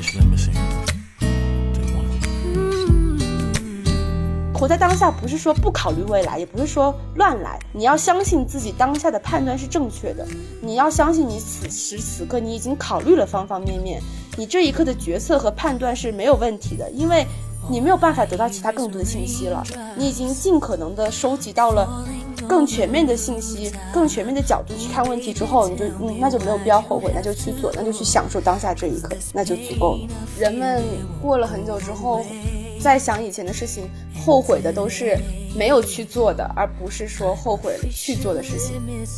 Wish Let Me Sing Take One。 活在当下不是说不考虑未来，也不是说乱来，你要相信自己当下的判断是正确的，你要相信你此时此刻你已经考虑了方方面面，你这一刻的决策和判断是没有问题的，因为你没有办法得到其他更多的信息了，你已经尽可能的收集到了更全面的信息，更全面的角度去看问题之后，你就那就没有必要后悔，那就去做，那就去享受当下这一刻，那就足够了。人们过了很久之后再想以前的事情，后悔的都是没有去做的，而不是说后悔去做的事情。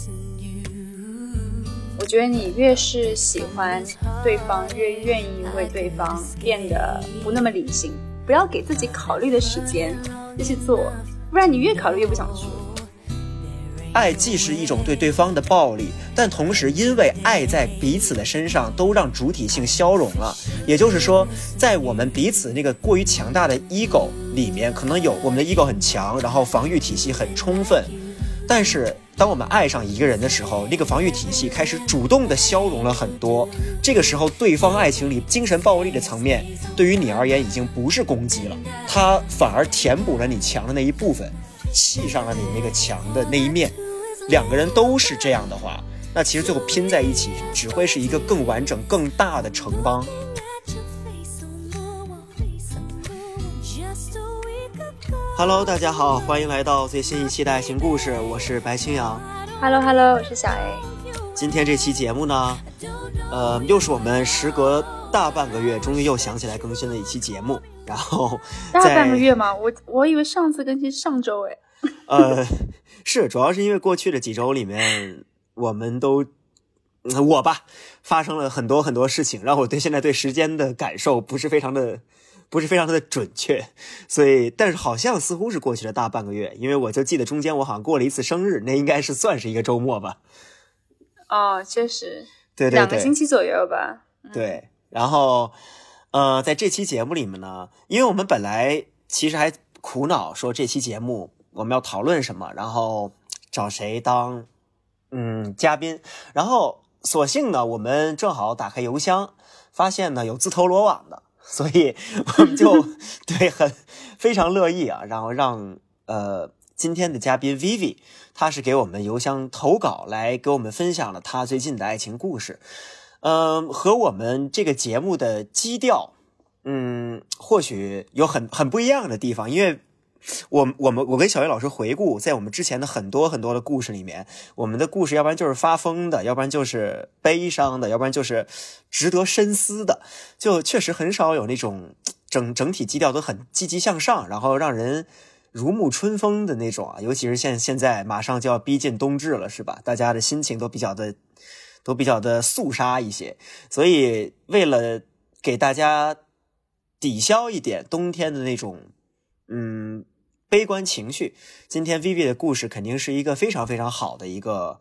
我觉得你越是喜欢对方，越愿意为对方变得不那么理性，不要给自己考虑的时间就去做，不然你越考虑越不想去。 爱既是一种对对方的暴力，但同时因为爱在彼此的身上都让主体性消融了，也就是说在我们彼此那个过于强大的 ego 里面，可能有我们的 ego 很强，然后防御体系很充分，但是当我们爱上一个人的时候，那个防御体系开始主动的消融了很多，这个时候对方爱情里精神暴力的层面对于你而言已经不是攻击了，它反而填补了你强的那一部分，砌上了你那个强的那一面。两个人都是这样的话，那其实最后拼在一起只会是一个更完整更大的城邦。Hello， 大家好，欢迎来到最新一期的爱情故事，我是白青阳。 Hello， 我是小 A。 今天这期节目呢，又是我们时隔大半个月，终于又想起来更新了一期节目。然后大半个月吗？我以为上次更新上周诶。 是，主要是因为过去的几周里面，我们都我吧发生了很多很多事情，让我现在对时间的感受不是非常的准确，所以但是好像似乎是过去了大半个月，因为我就记得中间我好像过了一次生日，那应该是算是一个周末吧。 哦，确实， 对对对，2 个星期左右吧。 对，然后在这期节目里面呢，因为我们本来其实还苦恼说这期节目我们要讨论什么，然后找谁当嘉宾，然后索性呢我们正好打开邮箱，发现呢有自投罗网的，所以我们就对非常乐意啊，然后让今天的嘉宾 Vivi， 他是给我们邮箱投稿来给我们分享了他最近的爱情故事。和我们这个节目的基调或许有很不一样的地方，因为我跟小叶老师回顾在我们之前的很多很多的故事里面，我们的故事要不然就是发疯的，要不然就是悲伤的，要不然就是值得深思的，就确实很少有那种整体基调都很积极向上，然后让人如沐春风的那种啊。尤其是现在马上就要逼近冬至了，是吧？大家的心情都比较的肃杀一些，所以为了给大家抵消一点冬天的那种悲观情绪，今天 Vivi 的故事肯定是一个非常非常好的一个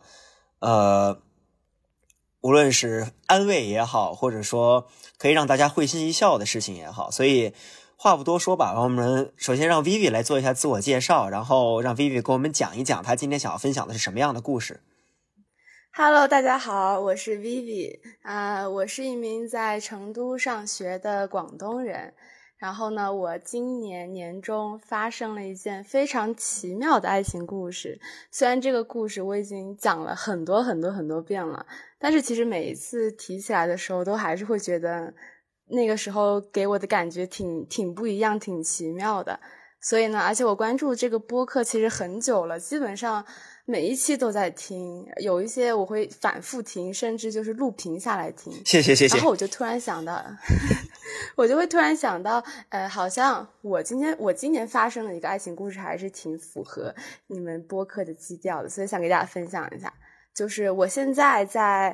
无论是安慰也好，或者说可以让大家会心一笑的事情也好，所以话不多说吧，我们首先让 Vivi 来做一下自我介绍，然后让 Vivi 跟我们讲一讲她今天想要分享的是什么样的故事。 Hello， 大家好，我是 Vivi，我是一名在成都上学的广东人。然后呢，我今年年中发生了一件非常奇妙的爱情故事。虽然这个故事我已经讲了很多遍了，但是其实每一次提起来的时候，都还是会觉得那个时候给我的感觉挺不一样，挺奇妙的。所以呢，而且我关注这个播客其实很久了，基本上每一期都在听，有一些我会反复听，甚至就是录屏下来听。 谢谢。 然后我就突然想到我就会突然想到好像我今年发生的一个爱情故事还是挺符合你们播客的基调的，所以想给大家分享一下。就是我现在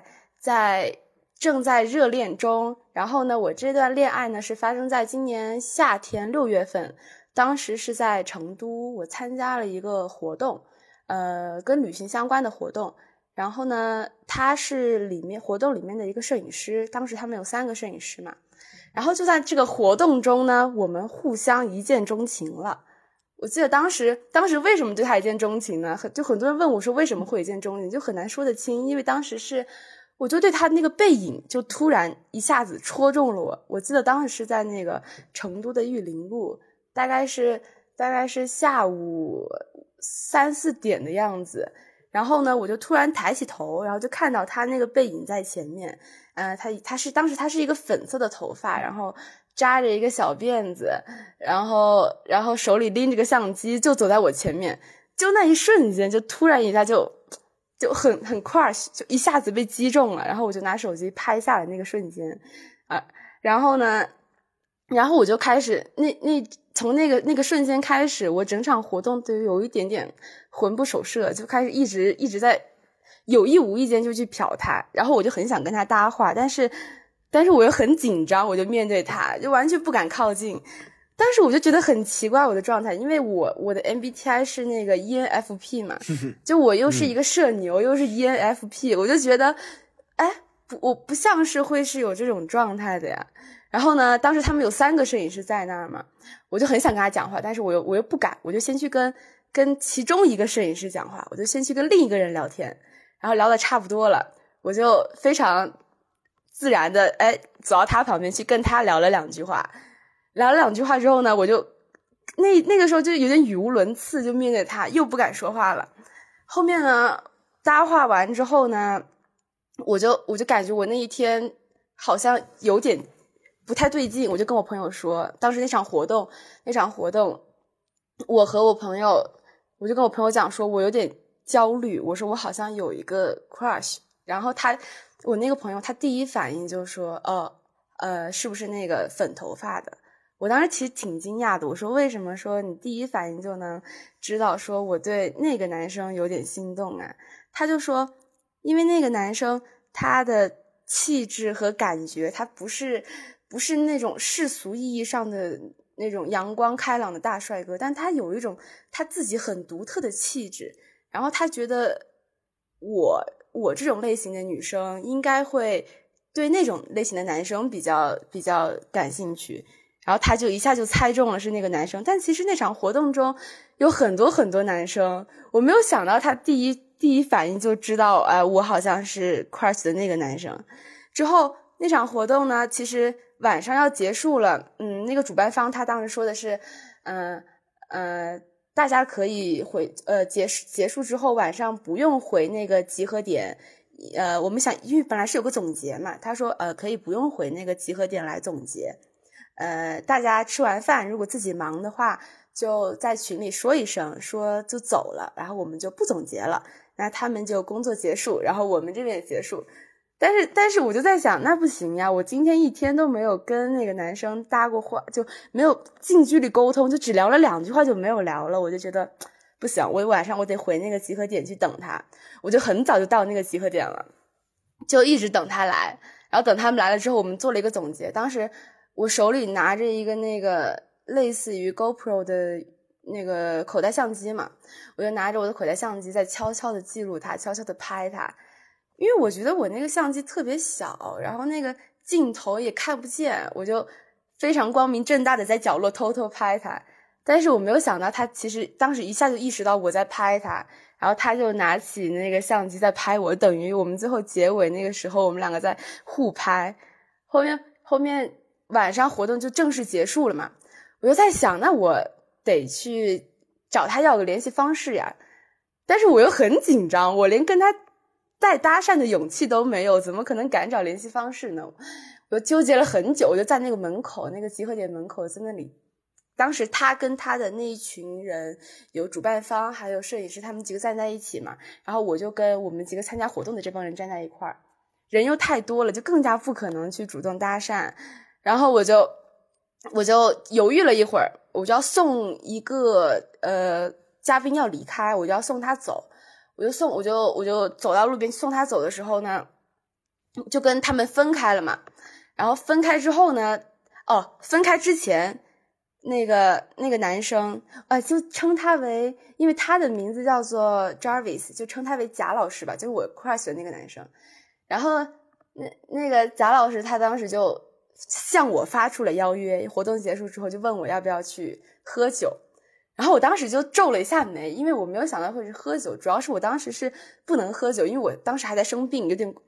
正在热恋中，然后呢我这段恋爱呢是发生在今年夏天6月份，当时是在成都，我参加了一个活动，跟旅行相关的活动。然后呢，他是活动里面的一个摄影师，当时他们有3个摄影师嘛。然后就在这个活动中呢，我们互相一见钟情了。我记得当时为什么对他一见钟情呢？就很多人问我说为什么会一见钟情，就很难说得清，因为当时是我就对他那个背影就突然一下子戳中了我。我记得当时是在那个成都的玉林路，大概是下午3、4点的样子。然后呢，我就突然抬起头，然后就看到他那个背影在前面。当时他是一个粉色的头发，然后扎着一个小辫子，然后手里拎着个相机，就走在我前面。就那一瞬间，就突然一下就很 crush， 就一下子被击中了。然后我就拿手机拍下了那个瞬间然后我就开始从那个瞬间开始，我整场活动都有一点点魂不守舍，就开始一直在有意无意间就去瞟他。然后我就很想跟他搭话，但是我又很紧张，我就面对他就完全不敢靠近。但是我就觉得很奇怪我的状态，因为我的 MBTI 是那个 ENFP 嘛，就我又是一个社牛，又是 ENFP， 我就觉得我不像是会是有这种状态的呀。然后呢，当时他们有3个摄影师在那儿嘛，我就很想跟他讲话，但是我又不敢，我就先去跟其中一个摄影师讲话，我就先去跟另一个人聊天，然后聊得差不多了，我就非常自然的走到他旁边去跟他聊了2句话。聊了2句话之后呢，我就那个时候就有点语无伦次，就面对他又不敢说话了。后面呢，搭话完之后呢，我就感觉我那一天好像有点不太对劲，我就跟我朋友说，当时那场活动我和我朋友，我就跟我朋友讲说我有点焦虑，我说我好像有一个 crush。然后我那个朋友他第一反应就说是不是那个粉头发的。我当时其实挺惊讶的，我说为什么说你第一反应就能知道说我对那个男生有点心动啊？他就说因为那个男生他的气质和感觉，他不是那种世俗意义上的那种阳光开朗的大帅哥，但他有一种他自己很独特的气质，然后他觉得我这种类型的女生应该会对那种类型的男生比较感兴趣。然后他就一下就猜中了是那个男生，但其实那场活动中有很多很多男生，我没有想到他第一反应就知道我好像是 crush 的那个男生。之后那场活动呢，其实晚上要结束了，那个主办方他当时说的是大家可以结束之后晚上不用回那个集合点，我们想因为本来是有个总结嘛，他说可以不用回那个集合点来总结，大家吃完饭如果自己忙的话就在群里说一声，说就走了，然后我们就不总结了，那他们就工作结束，然后我们这边也结束。但是我就在想，那不行呀，我今天一天都没有跟那个男生搭过话，就没有近距离沟通，就只聊了2句话就没有聊了，我就觉得不行，我晚上我得回那个集合点去等他。我就很早就到那个集合点了，就一直等他来，然后等他们来了之后我们做了一个总结。当时我手里拿着一个那个类似于 GoPro 的那个口袋相机嘛，我就拿着我的口袋相机在悄悄的记录他，悄悄的拍他，因为我觉得我那个相机特别小，然后那个镜头也看不见，我就非常光明正大的在角落偷偷拍他。但是我没有想到他其实当时一下就意识到我在拍他，然后他就拿起那个相机在拍我，等于我们最后结尾那个时候我们2个在互拍。后面晚上活动就正式结束了嘛，我就在想那我得去找他要个联系方式呀，但是我又很紧张，我连跟他再搭讪的勇气都没有，怎么可能敢找联系方式呢？我纠结了很久，我就在那个门口，那个集合点门口，在那里。当时他跟他的那一群人，有主办方还有摄影师，他们几个站在一起嘛，然后我就跟我们几个参加活动的这帮人站在一块儿，人又太多了，就更加不可能去主动搭讪。然后我就犹豫了一会儿，我就要送一个嘉宾要离开，我就要送他走，我就走到路边送他走的时候呢，就跟他们分开了嘛。然后分开之后呢，分开之前那个男生就称他为，因为他的名字叫做 Jarvis， 就称他为贾老师吧，就是我 crush 的那个男生。然后那个贾老师他当时就向我发出了邀约，活动结束之后就问我要不要去喝酒。然后我当时就皱了一下眉，因为我没有想到会是喝酒，主要是我当时是不能喝酒，因为我当时还在生病，有点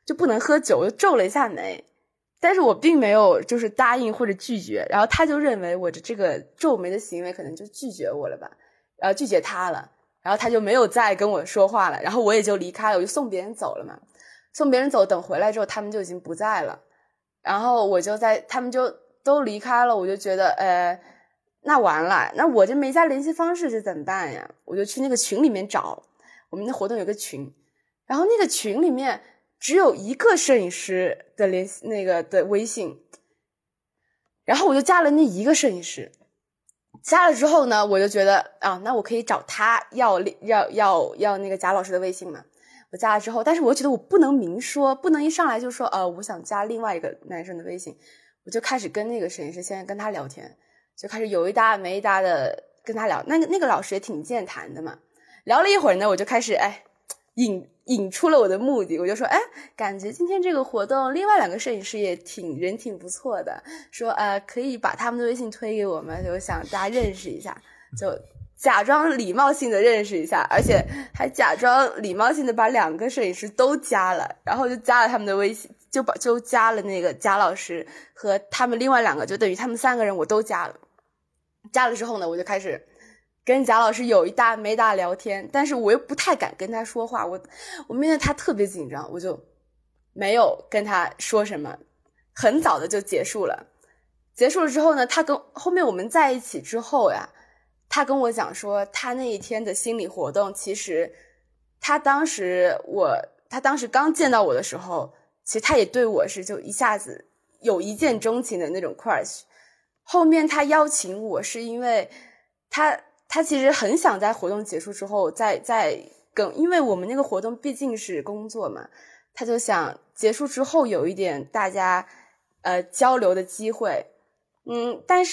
就不能喝酒，我就皱了一下眉。但是我并没有就是答应或者拒绝，然后他就认为我的这个皱眉的行为可能就拒绝我了吧，拒绝他了，然后他就没有再跟我说话了，然后我也就离开了，我就送别人走了嘛。送别人走，等回来之后他们就已经不在了，然后他们就都离开了，我就觉得那完了，那我这没加联系方式是怎么办呀？我就去那个群里面找，我们的活动有个群，然后那个群里面只有一个摄影师的的微信，然后我就加了那一个摄影师。加了之后呢，我就觉得那我可以找他要那个贾老师的微信嘛。我加了之后，但是我觉得我不能明说，不能一上来就说我想加另外一个男生的微信，我就开始跟那个摄影师先跟他聊天，就开始有一搭没一搭的跟他聊。那个老师也挺健谈的嘛，聊了一会儿呢，我就开始引出了我的目的，我就说感觉今天这个活动另外2个摄影师也人挺不错的，说可以把他们的微信推给我们，就想大家认识一下，就假装礼貌性的认识一下，而且还假装礼貌性的把2个摄影师都加了，然后就加了他们的微信，就加了那个贾老师和他们另外2个，就等于他们3个人我都加了。加了之后呢，我就开始跟贾老师有一搭没搭聊天，但是我又不太敢跟他说话，我面对他特别紧张，我就没有跟他说什么，很早的就结束了。结束了之后呢，后面我们在一起之后呀，他跟我讲说他那一天的心理活动，其实他当时刚见到我的时候，其实他也对我是就一下子有一见钟情的那种 crush。 后面他邀请我是因为他其实很想在活动结束之后因为我们那个活动毕竟是工作嘛，他就想结束之后有一点大家交流的机会。但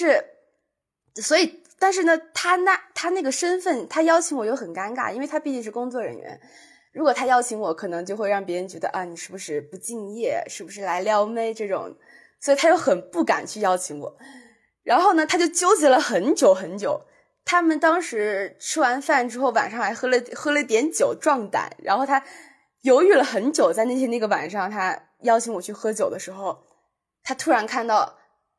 是呢，他那个身份，他邀请我又很尴尬，因为他毕竟是工作人员。如果他邀请我，可能就会让别人觉得你是不是不敬业，是不是来撩妹这种，所以他又很不敢去邀请我。然后呢，他就纠结了很久很久。他们当时吃完饭之后，晚上还喝了点酒壮胆，然后他犹豫了很久，在那个晚上，他邀请我去喝酒的时候，他突然看到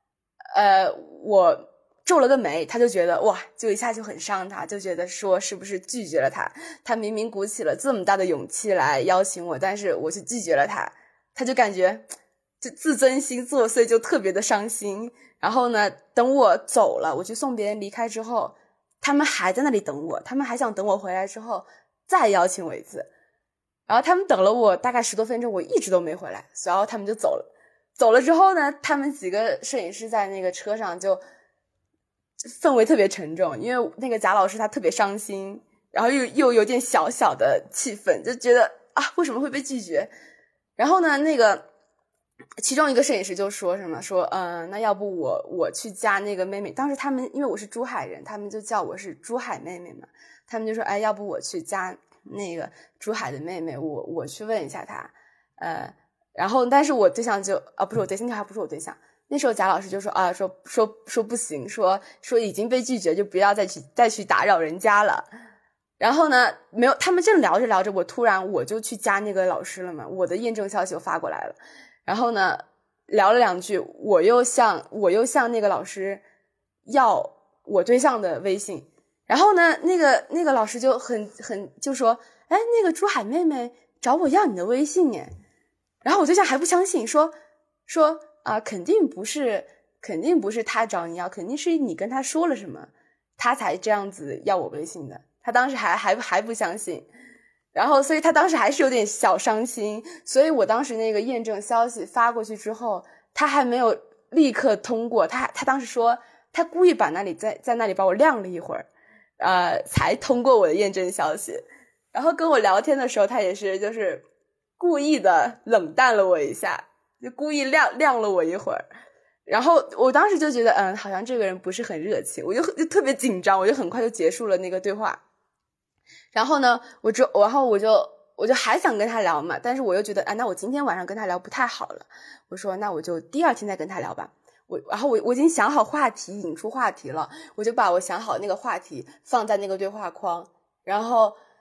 我皱了个眉，他就觉得哇，就一下就很伤他，就觉得说是不是拒绝了他明明鼓起了这么大的勇气来邀请我，但是我是拒绝了他就感觉就自尊心作祟，就特别的伤心。然后呢，等我走了，我去送别人离开之后，他们还在那里等我，他们还想等我回来之后再邀请我一次。然后他们等了我大概10多分钟，我一直都没回来，然后他们就走了。走了之后呢，他们几个摄影师在那个车上就氛围特别沉重，因为那个贾老师他特别伤心，然后又有点小小的气愤，就觉得为什么会被拒绝。然后呢，那个其中一个摄影师就说什么说那要不我去加那个妹妹，当时他们因为我是珠海人，他们就叫我是珠海妹妹嘛，他们就说要不我去加那个珠海的妹妹，我去问一下她。然后但是我对象就不是我对象，那还不是我对象。那时候贾老师就说说不行，说已经被拒绝，就不要再去打扰人家了。然后呢，没有，他们正聊着聊着，我就去加那个老师了嘛，我的验证消息就发过来了。然后呢，聊了2句，我又向那个老师要我对象的微信。然后呢，那个老师就就说那个珠海妹妹找我要你的微信耶。然后我对象还不相信，说肯定不是他找你要，肯定是你跟他说了什么，他才这样子要我微信的。他当时还不相信，然后所以他当时还是有点小伤心。所以我当时那个验证消息发过去之后，他还没有立刻通过，他当时说他故意把在那里把我晾了一会儿，才通过我的验证消息。然后跟我聊天的时候，他也是就是故意的冷淡了我一下，就故意晾了我一会儿。然后我当时就觉得好像这个人不是很热情，我就特别紧张，我就很快就结束了那个对话。然后呢，我就还想跟他聊嘛，但是我又觉得那我今天晚上跟他聊不太好了，我说那我就第2天再跟他聊吧。然后我已经想好话题，引出话题了，我就把我想好那个话题放在那个对话框，然后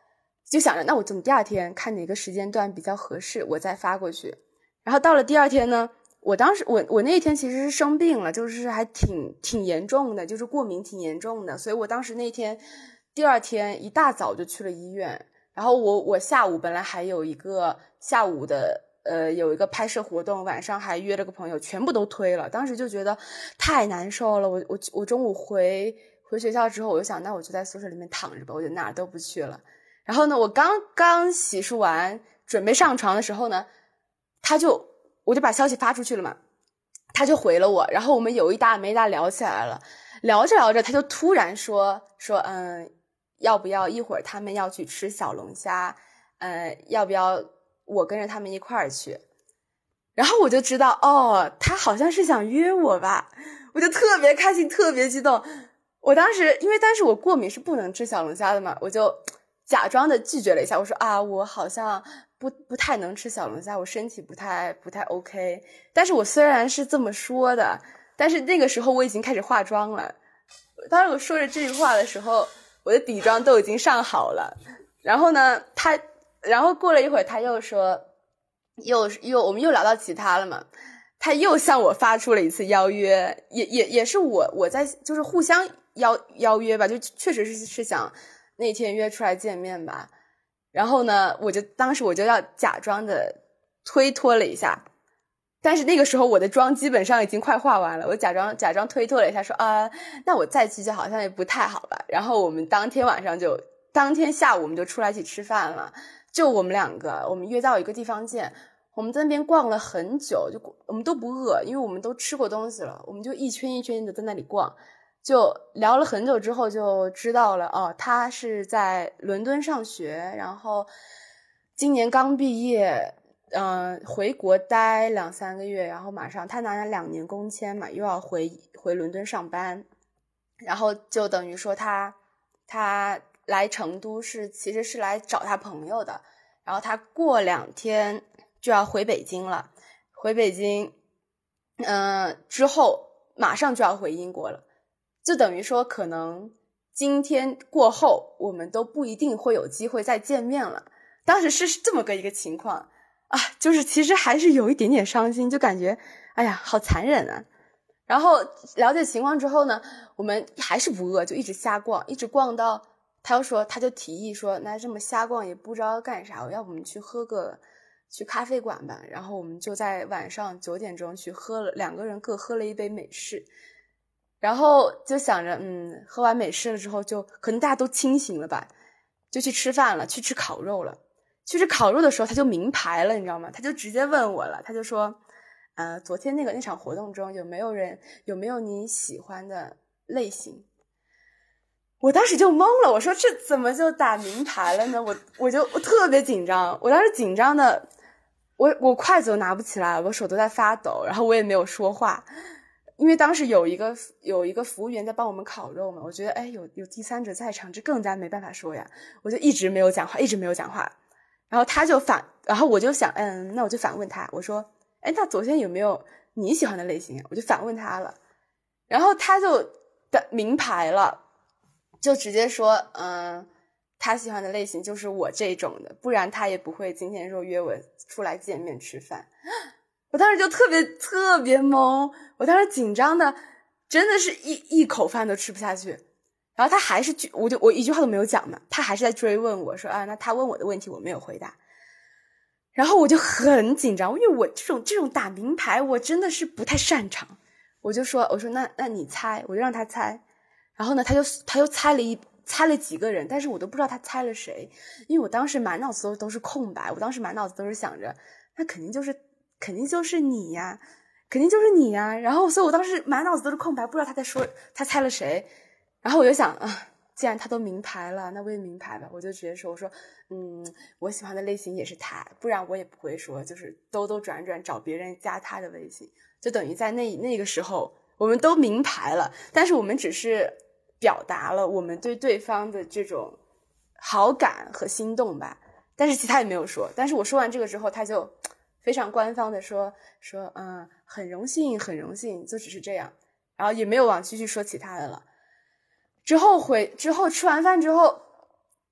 就想着那我等第二天看哪个时间段比较合适，我再发过去。然后到了第二天呢，我当时我那一天其实是生病了，就是还挺严重的，就是过敏挺严重的，所以我当时那天第二天一大早就去了医院。然后我下午本来还有一个下午的有一个拍摄活动，晚上还约了个朋友，全部都推了。当时就觉得太难受了。我中午回学校之后，我就想那我就在宿舍里面躺着吧，我就哪儿都不去了。然后呢，我刚洗漱完准备上床的时候呢，我就把消息发出去了嘛，他就回了我，然后我们有一搭没一搭聊起来了。聊着聊着他就突然说要不要一会儿他们要去吃小龙虾，要不要我跟着他们一块儿去。然后我就知道他好像是想约我吧，我就特别开心特别激动。我当时因为当时我过敏是不能吃小龙虾的嘛，我就假装的拒绝了一下，我说我好像不太能吃小龙虾，我身体不太 OK。 但是我虽然是这么说的，但是那个时候我已经开始化妆了。当时我说着这句话的时候，我的底妆都已经上好了。然后呢然后过了一会儿他又说我们又聊到其他了嘛，他又向我发出了一次邀约，也是我在就是互相邀约吧，就确实是想那天约出来见面吧。然后呢当时我就要假装的推脱了一下，但是那个时候我的妆基本上已经快化完了，我假装推脱了一下说那我再去就好像也不太好吧。然后我们当天下午我们就出来一起吃饭了，就我们两个，我们约到一个地方见。我们在那边逛了很久，我们都不饿，因为我们都吃过东西了，我们就一圈一圈的在那里逛，就聊了很久之后就知道了他是在伦敦上学，然后今年刚毕业，回国待2-3个月，然后马上他拿了2年工签嘛，又要回伦敦上班。然后就等于说他来成都其实是来找他朋友的，然后他过2天就要回北京了，回北京之后马上就要回英国了，就等于说可能今天过后我们都不一定会有机会再见面了。当时是这么个一个情况就是其实还是有一点点伤心，就感觉哎呀好残忍啊。然后了解情况之后呢，我们还是不饿，就一直瞎逛，一直逛到他就提议说那这么瞎逛也不知道干啥，要不我们去咖啡馆吧。然后我们就在晚上9点钟去2个人各喝了一杯美式。然后就想着喝完美式了之后就可能大家都清醒了吧，就去吃饭了，去吃烤肉了。去吃烤肉的时候他就明牌了，你知道吗？他就直接问我了，他就说昨天那场活动中有没有你喜欢的类型。我当时就懵了，我说这怎么就打明牌了呢？我特别紧张，我当时紧张的我筷子都拿不起来，我手都在发抖，然后我也没有说话。因为当时有一个服务员在帮我们烤肉嘛，我觉得有第三者在场，这更加没办法说呀，我就一直没有讲话。然后我就想那我就反问他，我说那昨天有没有你喜欢的类型啊？我就反问他了。然后他就明牌了，就直接说他喜欢的类型就是我这种的，不然他也不会今天说约我出来见面吃饭。我当时就特别懵，我当时紧张的真的是一口饭都吃不下去。然后他还是我一句话都没有讲嘛，他还是在追问我说那他问我的问题我没有回答。然后我就很紧张，因为我这种打明牌我真的是不太擅长。我说那你猜，我就让他猜。然后呢他又猜了几个人，但是我都不知道他猜了谁，因为我当时满脑子都是空白，我当时满脑子都是想着那肯定就是你呀，然后所以我当时满脑子都是空白，不知道他在说他猜了谁。然后我就想既然他都明牌了，那我也明牌吧，我就直接说我说我喜欢的类型也是他，不然我也不会说就是兜转找别人加他的微信。就等于在那个时候我们都明牌了，但是我们只是表达了我们对对方的这种好感和心动吧，但是其他也没有说。但是我说完这个之后他就非常官方的说很荣幸，就只是这样，然后也没有继续说其他的了。之后吃完饭之后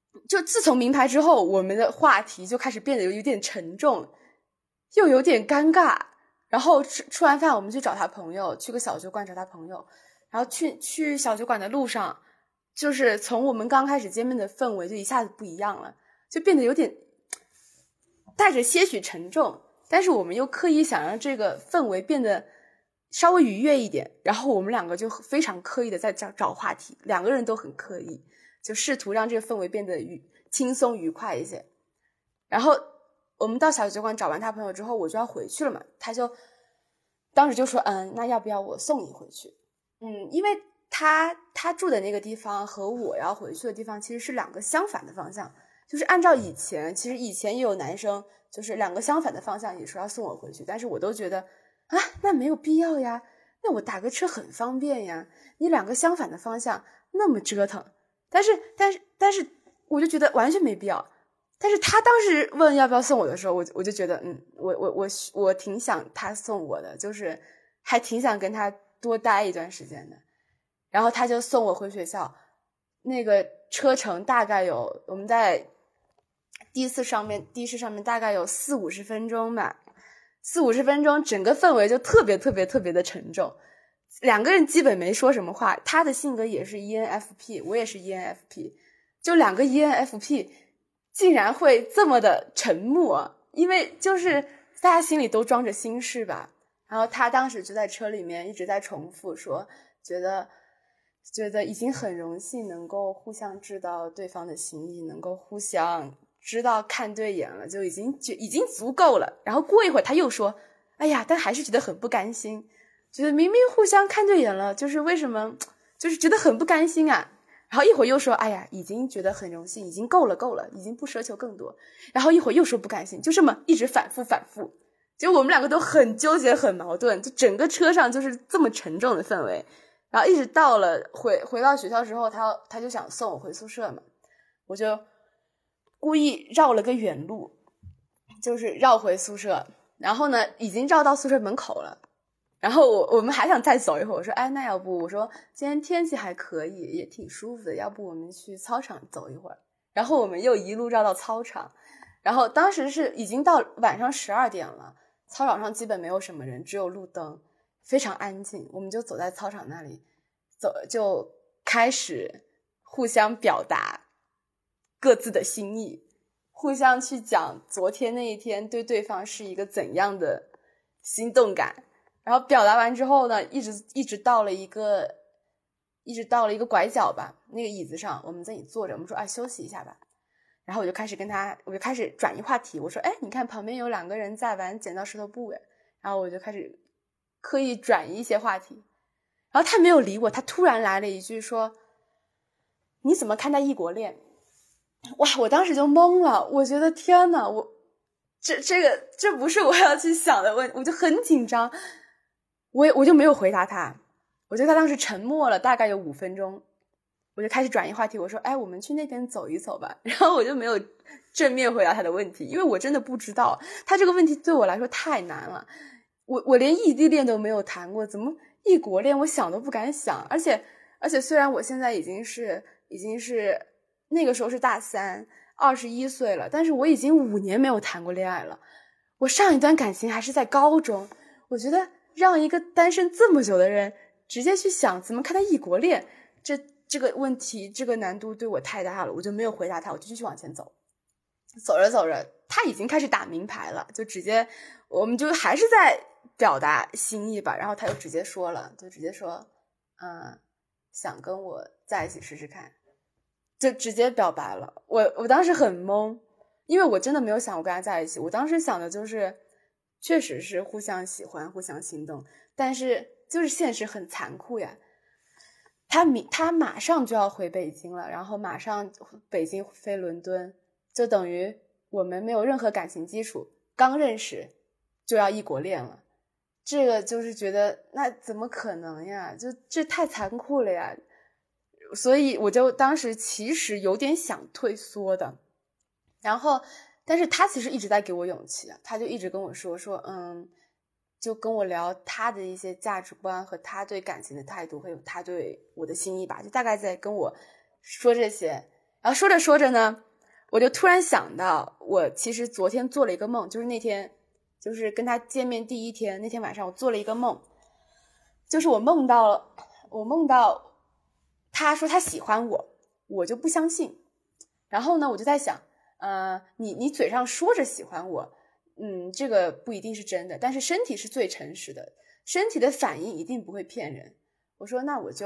就自从名牌之后，我们的话题就开始变得有点沉重，又有点尴尬。然后吃完饭，我们去找他朋友，去个小酒馆找他朋友。然后去小酒馆的路上，就是从我们刚开始见面的氛围就一下子不一样了，就变得有点带着些许沉重。但是我们又刻意想让这个氛围变得稍微愉悦一点，然后我们两个就非常刻意的在找话题，两个人都很刻意，就试图让这个氛围变得轻松愉快一些。然后我们到小酒馆找完他朋友之后，我就要回去了嘛，他就当时就说那要不要我送你回去。因为他住的那个地方和我要回去的地方其实是两个相反的方向，就是按照其实以前也有男生就是两个相反的方向也说要送我回去，但是我都觉得那没有必要呀，那我打个车很方便呀，你两个相反的方向那么折腾。但是我就觉得完全没必要。但是他当时问要不要送我的时候，我就觉得我挺想他送我的，就是还挺想跟他多待一段时间的。然后他就送我回学校，那个车程大概有我们在的士上面大概有40-50分钟吧，40-50分钟，整个氛围就特别特别特别的沉重。两个人基本没说什么话，他的性格也是 ENFP， 我也是 ENFP， 就两个 ENFP 竟然会这么的沉默，因为就是大家心里都装着心事吧。然后他当时就在车里面一直在重复说，觉得已经很荣幸能够互相知道对方的心意，能够互相知道看对眼了，就已经足够了。然后过一会儿他又说，哎呀，但还是觉得很不甘心，觉得明明互相看对眼了，就是为什么就是觉得很不甘心啊。然后一会儿又说，哎呀，已经觉得很荣幸，已经够了，已经不奢求更多。然后一会儿又说不甘心，就这么一直反复。就我们两个都很纠结很矛盾，就整个车上就是这么沉重的氛围。然后一直到了回到学校之后，他就想送我回宿舍嘛，我就故意绕了个远路，就是绕回宿舍。然后呢，已经绕到宿舍门口了，然后我们还想再走一会儿，我说那要不，我说今天天气还可以，也挺舒服的，要不我们去操场走一会儿。然后我们又一路绕到操场，然后当时是已经到晚上12点了，操场上基本没有什么人，只有路灯，非常安静。我们就走在操场那里，就开始互相表达各自的心意，互相去讲昨天那一天对对方是一个怎样的心动感。然后表达完之后呢，一直到了一个拐角吧，那个椅子上我们在那里坐着，我们说休息一下吧。然后我就开始转移话题，我说你看旁边有2个人在玩剪刀石头布。然后我就开始刻意转移一些话题。然后他没有理我，他突然来了一句说，你怎么看待异国恋？哇，我当时就懵了，我觉得天哪，这不是我要去想的问题，我就很紧张。我就没有回答他，我觉得他当时沉默了大概有5分钟，我就开始转移话题，我说我们去那边走一走吧。然后我就没有正面回答他的问题，因为我真的不知道，他这个问题对我来说太难了。我连异地恋都没有谈过，怎么异国恋我想都不敢想。而且虽然我现在已经是那个时候是大3 21岁了，但是我已经5年没有谈过恋爱了。我上一段感情还是在高中，我觉得让一个单身这么久的人直接去想怎么看待异国恋，这个问题这个难度对我太大了，我就没有回答他，我就继续往前走。走着他已经开始打明牌了，就直接我们就还是在表达心意吧。然后他就直接说想跟我在一起试试看，就直接表白了。我当时很懵，因为我真的没有想过跟他在一起，我当时想的就是确实是互相喜欢互相心动，但是就是现实很残酷呀。他马上就要回北京了，然后马上北京飞伦敦，就等于我们没有任何感情基础，刚认识就要异国恋了。这个就是觉得那怎么可能呀，就这太残酷了呀。所以我就当时其实有点想退缩的，然后但是他其实一直在给我勇气，他就一直跟我说就跟我聊他的一些价值观和他对感情的态度，还有他对我的心意吧，就大概在跟我说这些。 然后说着说着呢，我就突然想到，我其实昨天做了一个梦，就是那天就是跟他见面第一天那天晚上，我做了一个梦，就是我梦到他说他喜欢我，我就不相信。然后呢，我就在想，你嘴上说着喜欢我，这个不一定是真的，但是身体是最诚实的，身体的反应一定不会骗人。我说那我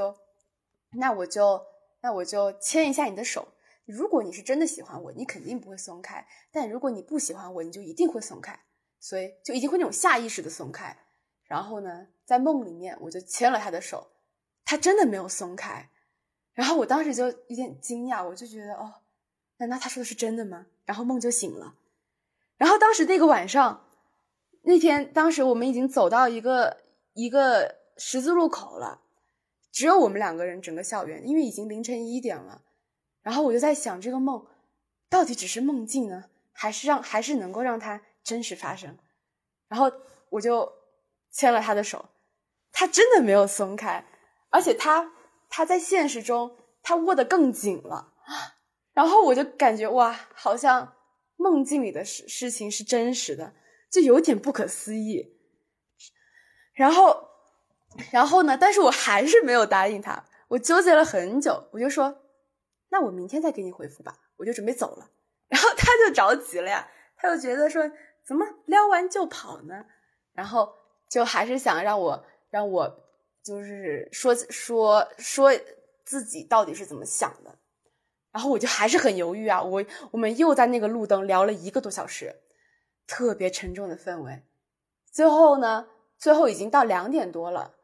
就牵一下你的手，如果你是真的喜欢我，你肯定不会松开，但如果你不喜欢我，你就一定会松开，所以就一定会那种下意识的松开。然后呢，在梦里面我就牵了他的手，他真的没有松开。然后我当时就有点惊讶，我就觉得难道他说的是真的吗？然后梦就醒了。然后当时那个晚上，当时我们已经走到一个十字路口了，只有我们2个人整个校园，因为已经凌晨1点了。然后我就在想，这个梦到底只是梦境呢，还是能够让它真实发生？然后我就牵了他的手，他真的没有松开，而且他在现实中他握得更紧了。然后我就感觉哇，好像梦境里的事情是真实的，就有点不可思议。然后呢，但是我还是没有答应他，我纠结了很久，我就说那我明天再给你回复吧，我就准备走了。然后他就着急了呀，他就觉得说怎么撩完就跑呢？然后就还是想让我就是说自己到底是怎么想的。然后我就还是很犹豫啊，我们又在那个路灯聊了1个多小时，特别沉重的氛围。最后已经到2点多了，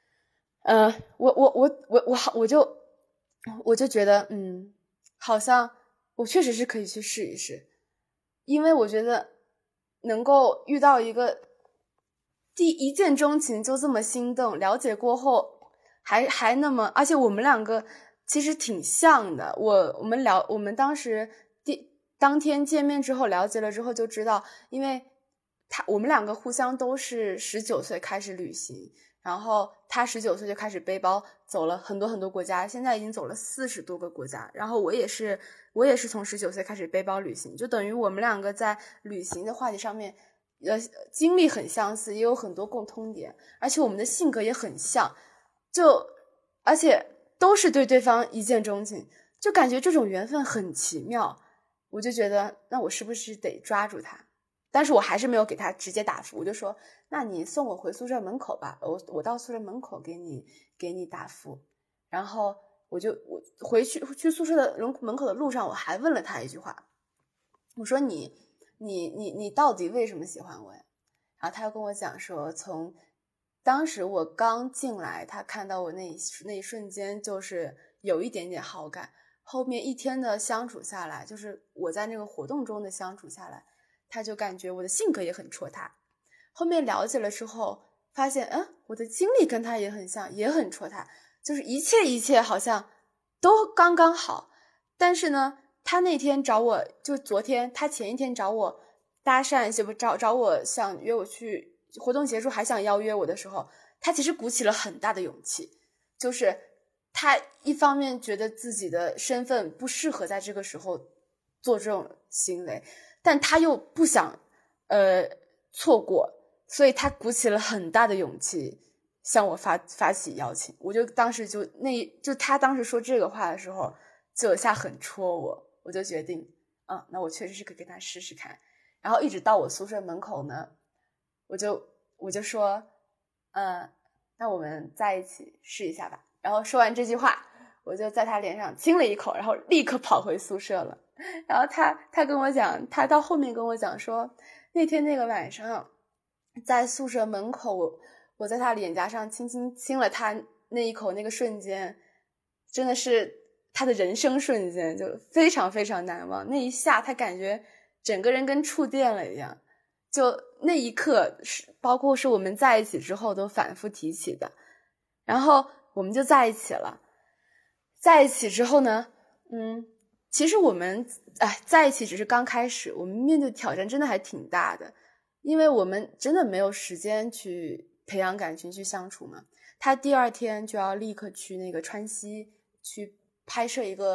我就觉得好像我确实是可以去试一试，因为我觉得能够遇到一个一见钟情就这么心动，了解过后还那么，而且我们2个其实挺像的。我们当时当天见面之后了解了之后就知道，因为我们2个互相都是19岁开始旅行，然后他19岁就开始背包走了很多很多国家，现在已经走了40多个国家。然后我也是从19岁开始背包旅行，就等于我们2个在旅行的话题上面经历很相似，也有很多共通点，而且我们的性格也很像，而且都是对对方一见钟情，就感觉这种缘分很奇妙。我就觉得那我是不是得抓住他？但是我还是没有给他直接答复，我就说那你送我回宿舍门口吧，我到宿舍门口给你答复。然后我回去宿舍的门口的路上，我还问了他一句话，我说你到底为什么喜欢我呀？然后他又跟我讲说，从当时我刚进来，他看到我那一瞬间就是有一点点好感，后面1天的相处下来，就是我在那个活动中的相处下来，他就感觉我的性格也很戳他。后面了解了之后发现我的经历跟他也很像，也很戳他，就是一切好像都刚刚好。但是呢，他那天找我，就昨天他前一天找我搭讪，找我想约我去活动结束还想邀约我的时候，他其实鼓起了很大的勇气，就是他一方面觉得自己的身份不适合在这个时候做这种行为，但他又不想错过，所以他鼓起了很大的勇气向我发起邀请。我就当时就他当时说这个话的时候就有下很戳我就决定那我确实是可以跟他试试看。然后一直到我宿舍门口呢，我就说那我们在一起试一下吧。然后说完这句话，我就在他脸上亲了一口，然后立刻跑回宿舍了。然后他跟我讲，他到后面跟我讲说，那天那个晚上在宿舍门口，我在他脸颊上亲了他那一口，那个瞬间真的是他的人生瞬间，就非常非常难忘。那一下他感觉整个人跟触电了一样，就那一刻包括是我们在一起之后都反复提起的。然后我们就在一起了。在一起之后呢其实我们在一起只是刚开始，我们面对挑战真的还挺大的，因为我们真的没有时间去培养感情去相处嘛。他第2天就要立刻去那个川西去拍摄一个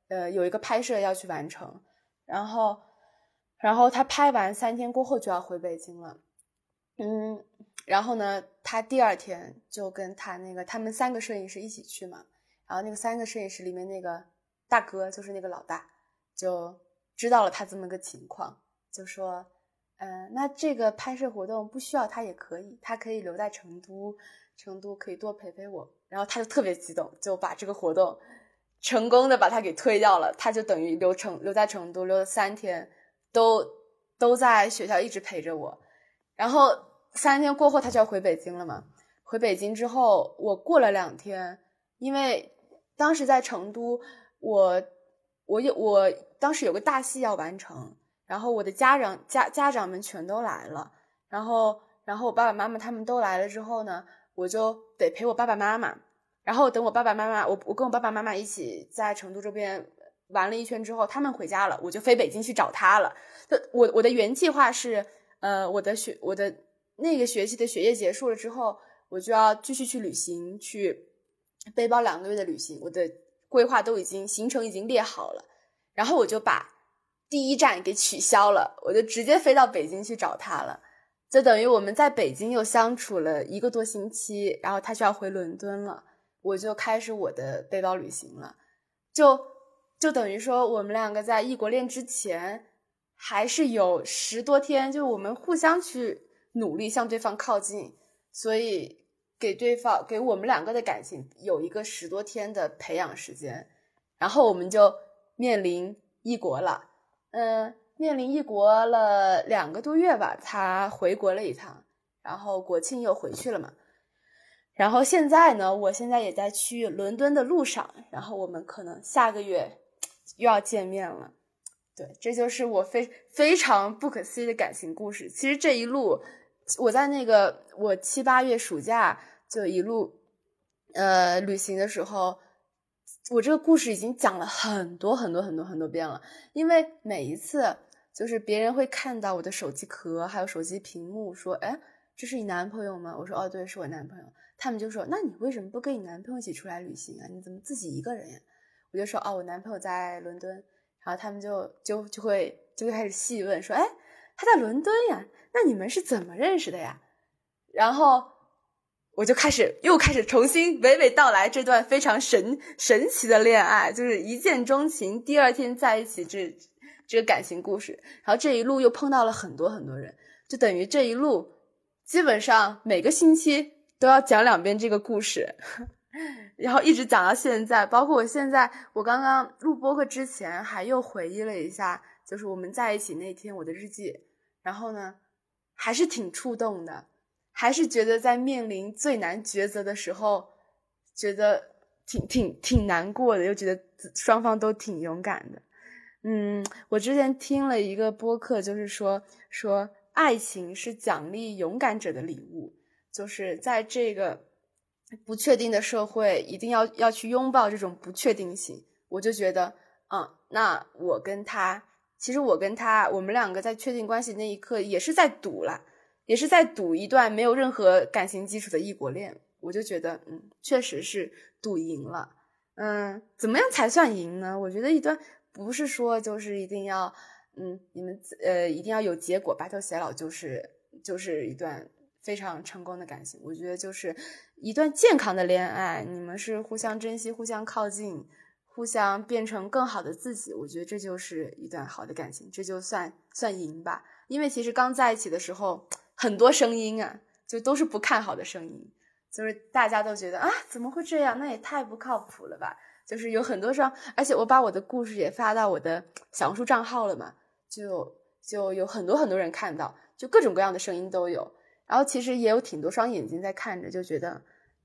有一个拍摄要去完成，然后他拍完3天过后就要回北京了。然后呢，他第2天就跟他们3个摄影师一起去嘛，然后那个3个摄影师里面那个大哥就是那个老大，就知道了他这么个情况，就说那这个拍摄活动不需要他也可以，他可以留在成都可以多陪陪我。然后他就特别激动，就把这个活动成功的把他给推掉了，他就等于留在成都留了3天，都在学校一直陪着我。然后3天过后他就要回北京了嘛，回北京之后我过了2天，因为当时在成都我当时有个大戏要完成，然后我的家长们全都来了，然后我爸爸妈妈他们都来了之后呢，我就得陪我爸爸妈妈，然后等我爸爸妈妈我跟我爸爸妈妈一起在成都这边玩了一圈之后，他们回家了，我就飞北京去找他了。我的原计划是我的那个学期的学业结束了之后，我就要继续去旅行，去背包2个月的旅行，我的规划行程已经列好了，然后我就把第1站给取消了，我就直接飞到北京去找他了。就等于我们在北京又相处了1个多星期，然后他就要回伦敦了，我就开始我的背包旅行了。就等于说我们2个在异国恋之前还是有10多天，就我们互相去努力向对方靠近，所以给我们2个的感情有一个10多天的培养时间，然后我们就面临异国了。面临异国了2个多月吧，他回国了一趟，然后国庆又回去了嘛。然后现在呢，我现在也在去伦敦的路上，然后我们可能下个月又要见面了。对，这就是我非常不可思议的感情故事。其实这一路我在我7、8月暑假就一路旅行的时候，我这个故事已经讲了很多遍了。因为每一次就是别人会看到我的手机壳还有手机屏幕说，这是你男朋友吗？我说哦对，是我男朋友。他们就说，那你为什么不跟你男朋友一起出来旅行啊？你怎么自己一个人呀？我就说哦，我男朋友在伦敦。然后他们就会开始细问说，他在伦敦呀，那你们是怎么认识的呀？然后我就又开始重新娓娓道来这段非常神奇的恋爱，就是一见钟情，第2天在一起这个感情故事。然后这一路又碰到了很多人，就等于这一路基本上每个星期都要讲2遍这个故事。然后一直讲到现在，包括我刚刚录播客之前还又回忆了一下，就是我们在一起那天我的日记，然后呢还是挺触动的，还是觉得在面临最难抉择的时候觉得挺难过的，又觉得双方都挺勇敢的。我之前听了一个播客，就是说爱情是奖励勇敢者的礼物，就是在这个不确定的社会一定要去拥抱这种不确定性。我就觉得那我跟他我们2个在确定关系那一刻也是在赌了，也是在赌一段没有任何感情基础的异国恋。我就觉得确实是赌赢了。怎么样才算赢呢？我觉得一段不是说就是一定要你们一定要有结果白头偕老就是一段非常成功的感情。我觉得就是一段健康的恋爱，你们是互相珍惜，互相靠近，互相变成更好的自己。我觉得这就是一段好的感情，这就算赢吧。因为其实刚在一起的时候很多声音啊，就都是不看好的声音，就是大家都觉得怎么会这样，那也太不靠谱了吧。就是有很多双，而且我把我的故事也发到我的小红书账号了嘛，就有很多人看到，就各种各样的声音都有。然后其实也有挺多双眼睛在看着，就觉得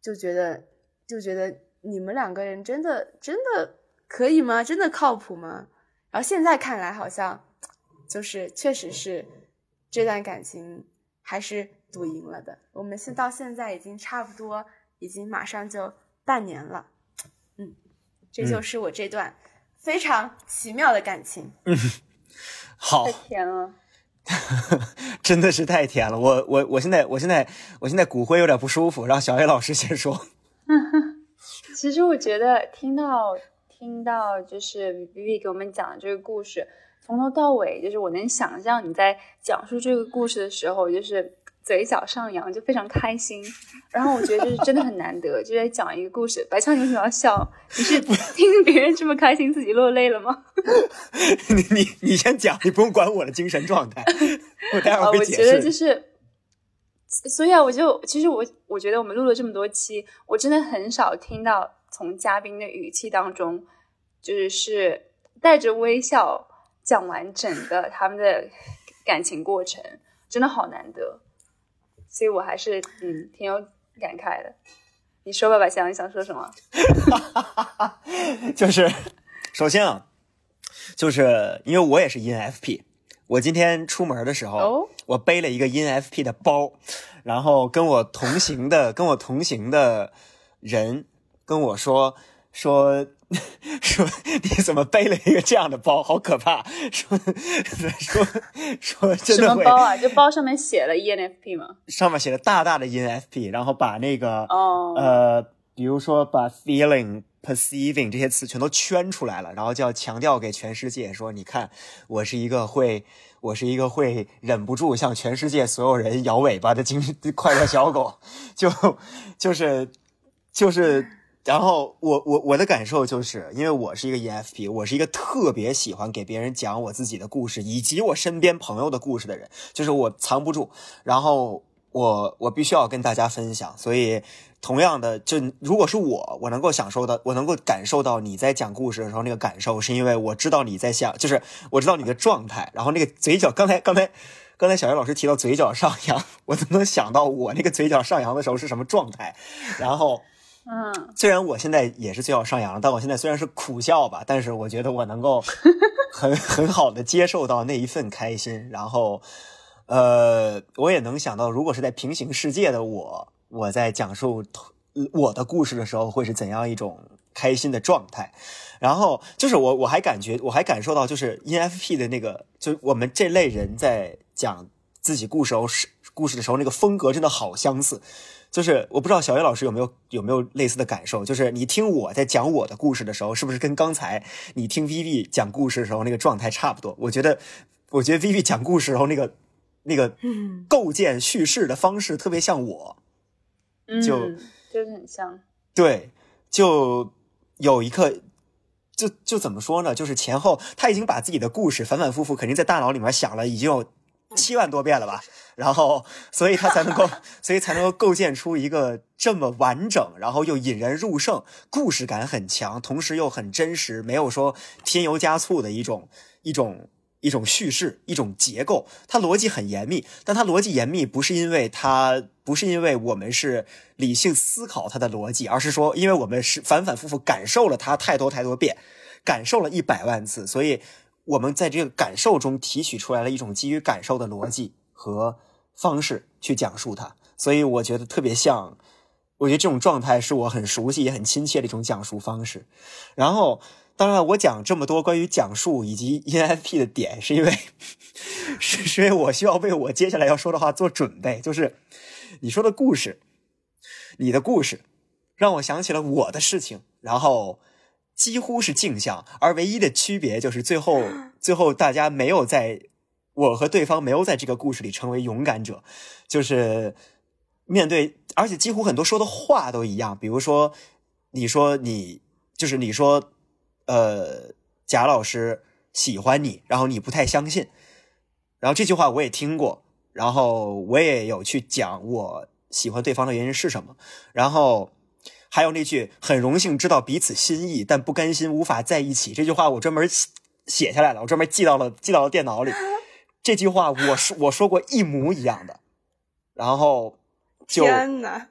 你们2个人真的可以吗？真的靠谱吗？然后现在看来好像就是确实是这段感情还是赌赢了的。我们到现在已经差不多已经马上就半年了。这就是我这段非常奇妙的感情。 好， 太甜了。 真的是太甜了。我现在骨灰有点不舒服，让小 A 老师先说。 其实我觉得听到听到就是 Vivi 给我们讲的这个故事，从头到尾，就是我能想象你在讲述这个故事的时候，就是嘴角上扬，就非常开心。然后我觉得就是真的很难得，就在讲一个故事。白强，你为什么要笑？你是听别人这么开心，自己落泪了吗？ 你先讲，你不用管我的精神状态，我待会儿会解释。 我觉得就是，所以啊，其实我觉得我们录了这么多期，我真的很少听到从嘉宾的语气当中，就是带着微笑讲完整个他们的感情过程，真的好难得。所以我还是挺有感慨的。你说吧，白香，你想说什么？ 就是首先啊，就是因为我也是 INFP， 我今天出门的时候，我背了一个 INFP 的包，然后跟我同行的人跟我说你怎么背了一个这样的包，好可怕！说真的会什么包啊？就包上面写了 ENFP 吗？ 上面写了大大的 ENFP， 然后把那个比如说把 feeling、perceiving 这些词全都圈出来了，然后就要强调给全世界说，你看，我是一个会忍不住向全世界所有人摇尾巴的快乐小狗，就是。然后我的感受就是，因为我是一个 ENFP， 我是一个特别喜欢给别人讲我自己的故事以及我身边朋友的故事的人，就是我藏不住，然后我必须要跟大家分享。所以同样的，就如果是我能够我能够感受到你在讲故事的时候那个感受，是因为我知道你在想，就是我知道你的状态，然后那个嘴角，刚才小袁老师提到嘴角上扬，我都能想到我那个嘴角上扬的时候是什么状态，然后虽然我现在也是嘴角上扬，但我现在虽然是苦笑吧，但是我觉得我能够很好的接受到那一份开心。然后我也能想到，如果是在平行世界的我在讲述我的故事的时候会是怎样一种开心的状态。然后就是我还感受到，就是 ENFP 的那个，就我们这类人在讲自己故事的时候那个风格真的好相似。就是我不知道小叶老师有没有类似的感受，就是你听我在讲我的故事的时候，是不是跟刚才你听 Vivi 讲故事的时候那个状态差不多？我觉得 Vivi 讲故事的时候那个构建叙事的方式特别像我， 就是很像。 对，就有一刻就怎么说呢，就是前后他已经把自己的故事反反复复肯定在大脑里面想了已经有7万多遍了吧，然后所以才能够构建出一个这么完整，然后又引人入胜，故事感很强，同时又很真实，没有说添油加醋的一种叙事，一种结构。它逻辑很严密，但它逻辑严密不是因为我们是理性思考它的逻辑，而是说因为我们是反反复复感受了它太多遍，感受了100万次，所以我们在这个感受中提取出来了一种基于感受的逻辑和方式去讲述它。所以我觉得特别像，我觉得这种状态是我很熟悉也很亲切的一种讲述方式。然后当然我讲这么多关于讲述以及 ENFP 的点，是因为我需要为我接下来要说的话做准备。就是你说的故事，你的故事让我想起了我的事情，然后几乎是镜像，而唯一的区别就是最后大家没有我和对方没有在这个故事里成为勇敢者，就是面对，而且几乎很多说的话都一样。比如说你说贾老师喜欢你，然后你不太相信，然后这句话我也听过，然后我也有去讲我喜欢对方的原因是什么，然后还有那句很荣幸知道彼此心意，但不甘心无法在一起，这句话我专门写下来了，我专门记到了电脑里。这句话我说过一模一样的，然后天哪，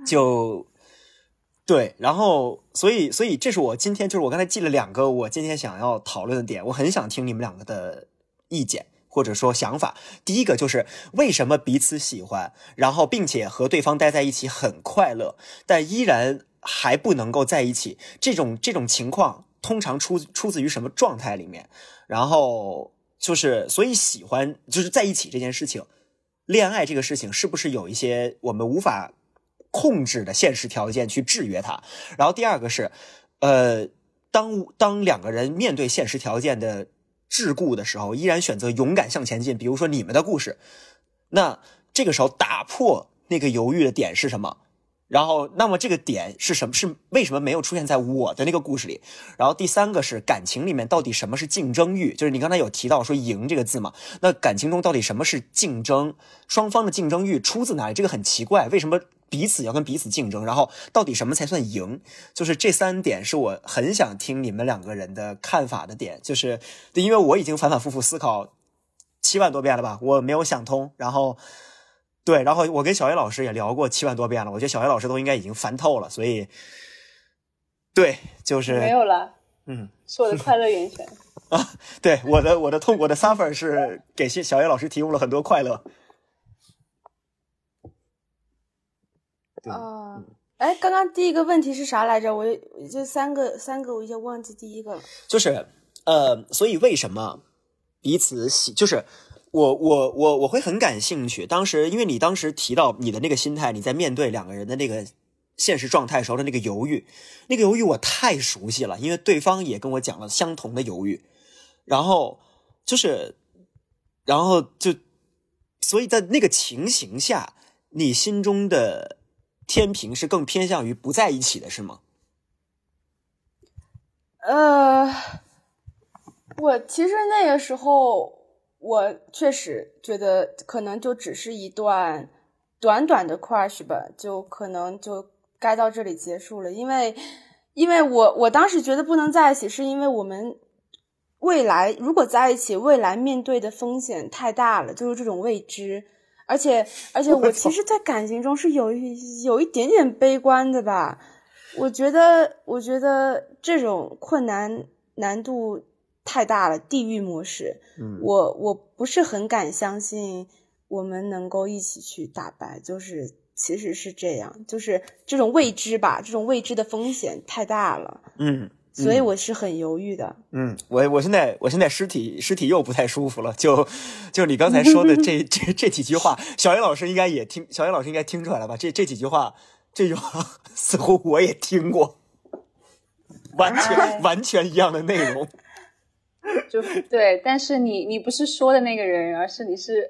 对，然后所以这是我今天，就是我刚才记了2个我今天想要讨论的点，我很想听你们2个的意见或者说想法。第一个就是为什么彼此喜欢，然后并且和对方待在一起很快乐，但依然还不能够在一起，这种情况通常出自于什么状态里面？然后就是所以喜欢就是在一起这件事情，恋爱这个事情是不是有一些我们无法控制的现实条件去制约它？然后第二个是当两个人面对现实条件的桎梏的时候，依然选择勇敢向前进。比如说你们的故事，那这个时候打破那个犹豫的点是什么？然后那么这个点是什么？是为什么没有出现在我的那个故事里？然后第三个是感情里面到底什么是竞争欲？就是你刚才有提到说赢这个字嘛，那感情中到底什么是竞争？双方的竞争欲出自哪里？这个很奇怪，为什么彼此要跟彼此竞争？然后到底什么才算赢？就是这3点是我很想听你们2个人的看法的点，就是因为我已经反反复复思考7万多遍了吧，我没有想通，然后我跟小叶老师也聊过7万多遍了，我觉得小叶老师都应该已经烦透了，所以对，就是没有了，是我的快乐源泉啊，对，我的痛，我的 suffer 是给小叶老师提供了很多快乐。 刚刚第一个问题是啥来着？我这三个我已经忘记第一个了。 就是所以为什么彼此就是我会很感兴趣。当时因为你当时提到你的那个心态，你在面对2个人的那个现实状态时候的那个犹豫我太熟悉了，因为对方也跟我讲了相同的犹豫，然后就所以在那个情形下，你心中的天平是更偏向于不在一起的，是吗？ 我其实那个时候我确实觉得可能就只是一段短短的 crush 吧，就可能就该到这里结束了。因为我当时觉得不能在一起，是因为我们未来如果在一起，未来面对的风险太大了，就是这种未知。而且我其实在感情中是有一点点悲观的吧。我觉得这种困难度太大了，地狱模式。我不是很敢相信我们能够一起去打败，就是其实是这样，就是这种未知吧，这种未知的风险太大了。所以我是很犹豫的。 我现在尸体又不太舒服了，就你刚才说的这几句话，小叶老师应该听出来了吧？这几句话似乎我也听过，完全一样的内容。 就对，但是你不是说的那个人，而是你是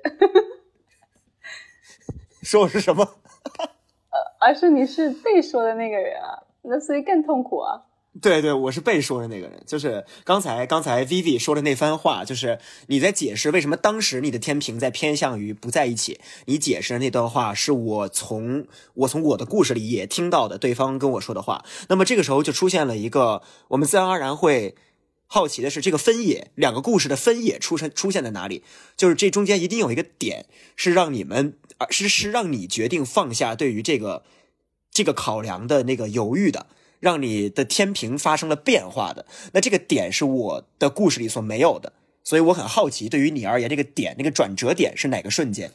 说我是什么？ 而是你是被说的那个人啊，那所以更痛苦啊。 对，我是被说的那个人。就是刚才 Vivi 说的那番话，就是你在解释为什么当时你的天平在偏向于不在一起。你解释的那段话是我从我的故事里也听到的对方跟我说的话。那么这个时候就出现了一个我们自然而然会好奇的是，这个分野2个故事的分野出现在哪里？就是这中间一定有一个点是让你们是让你决定放下对于这个考量的那个犹豫的，让你的天平发生了变化的。那这个点是我的故事里所没有的，所以我很好奇，对于你而言，这个点那个转折点是哪个瞬间？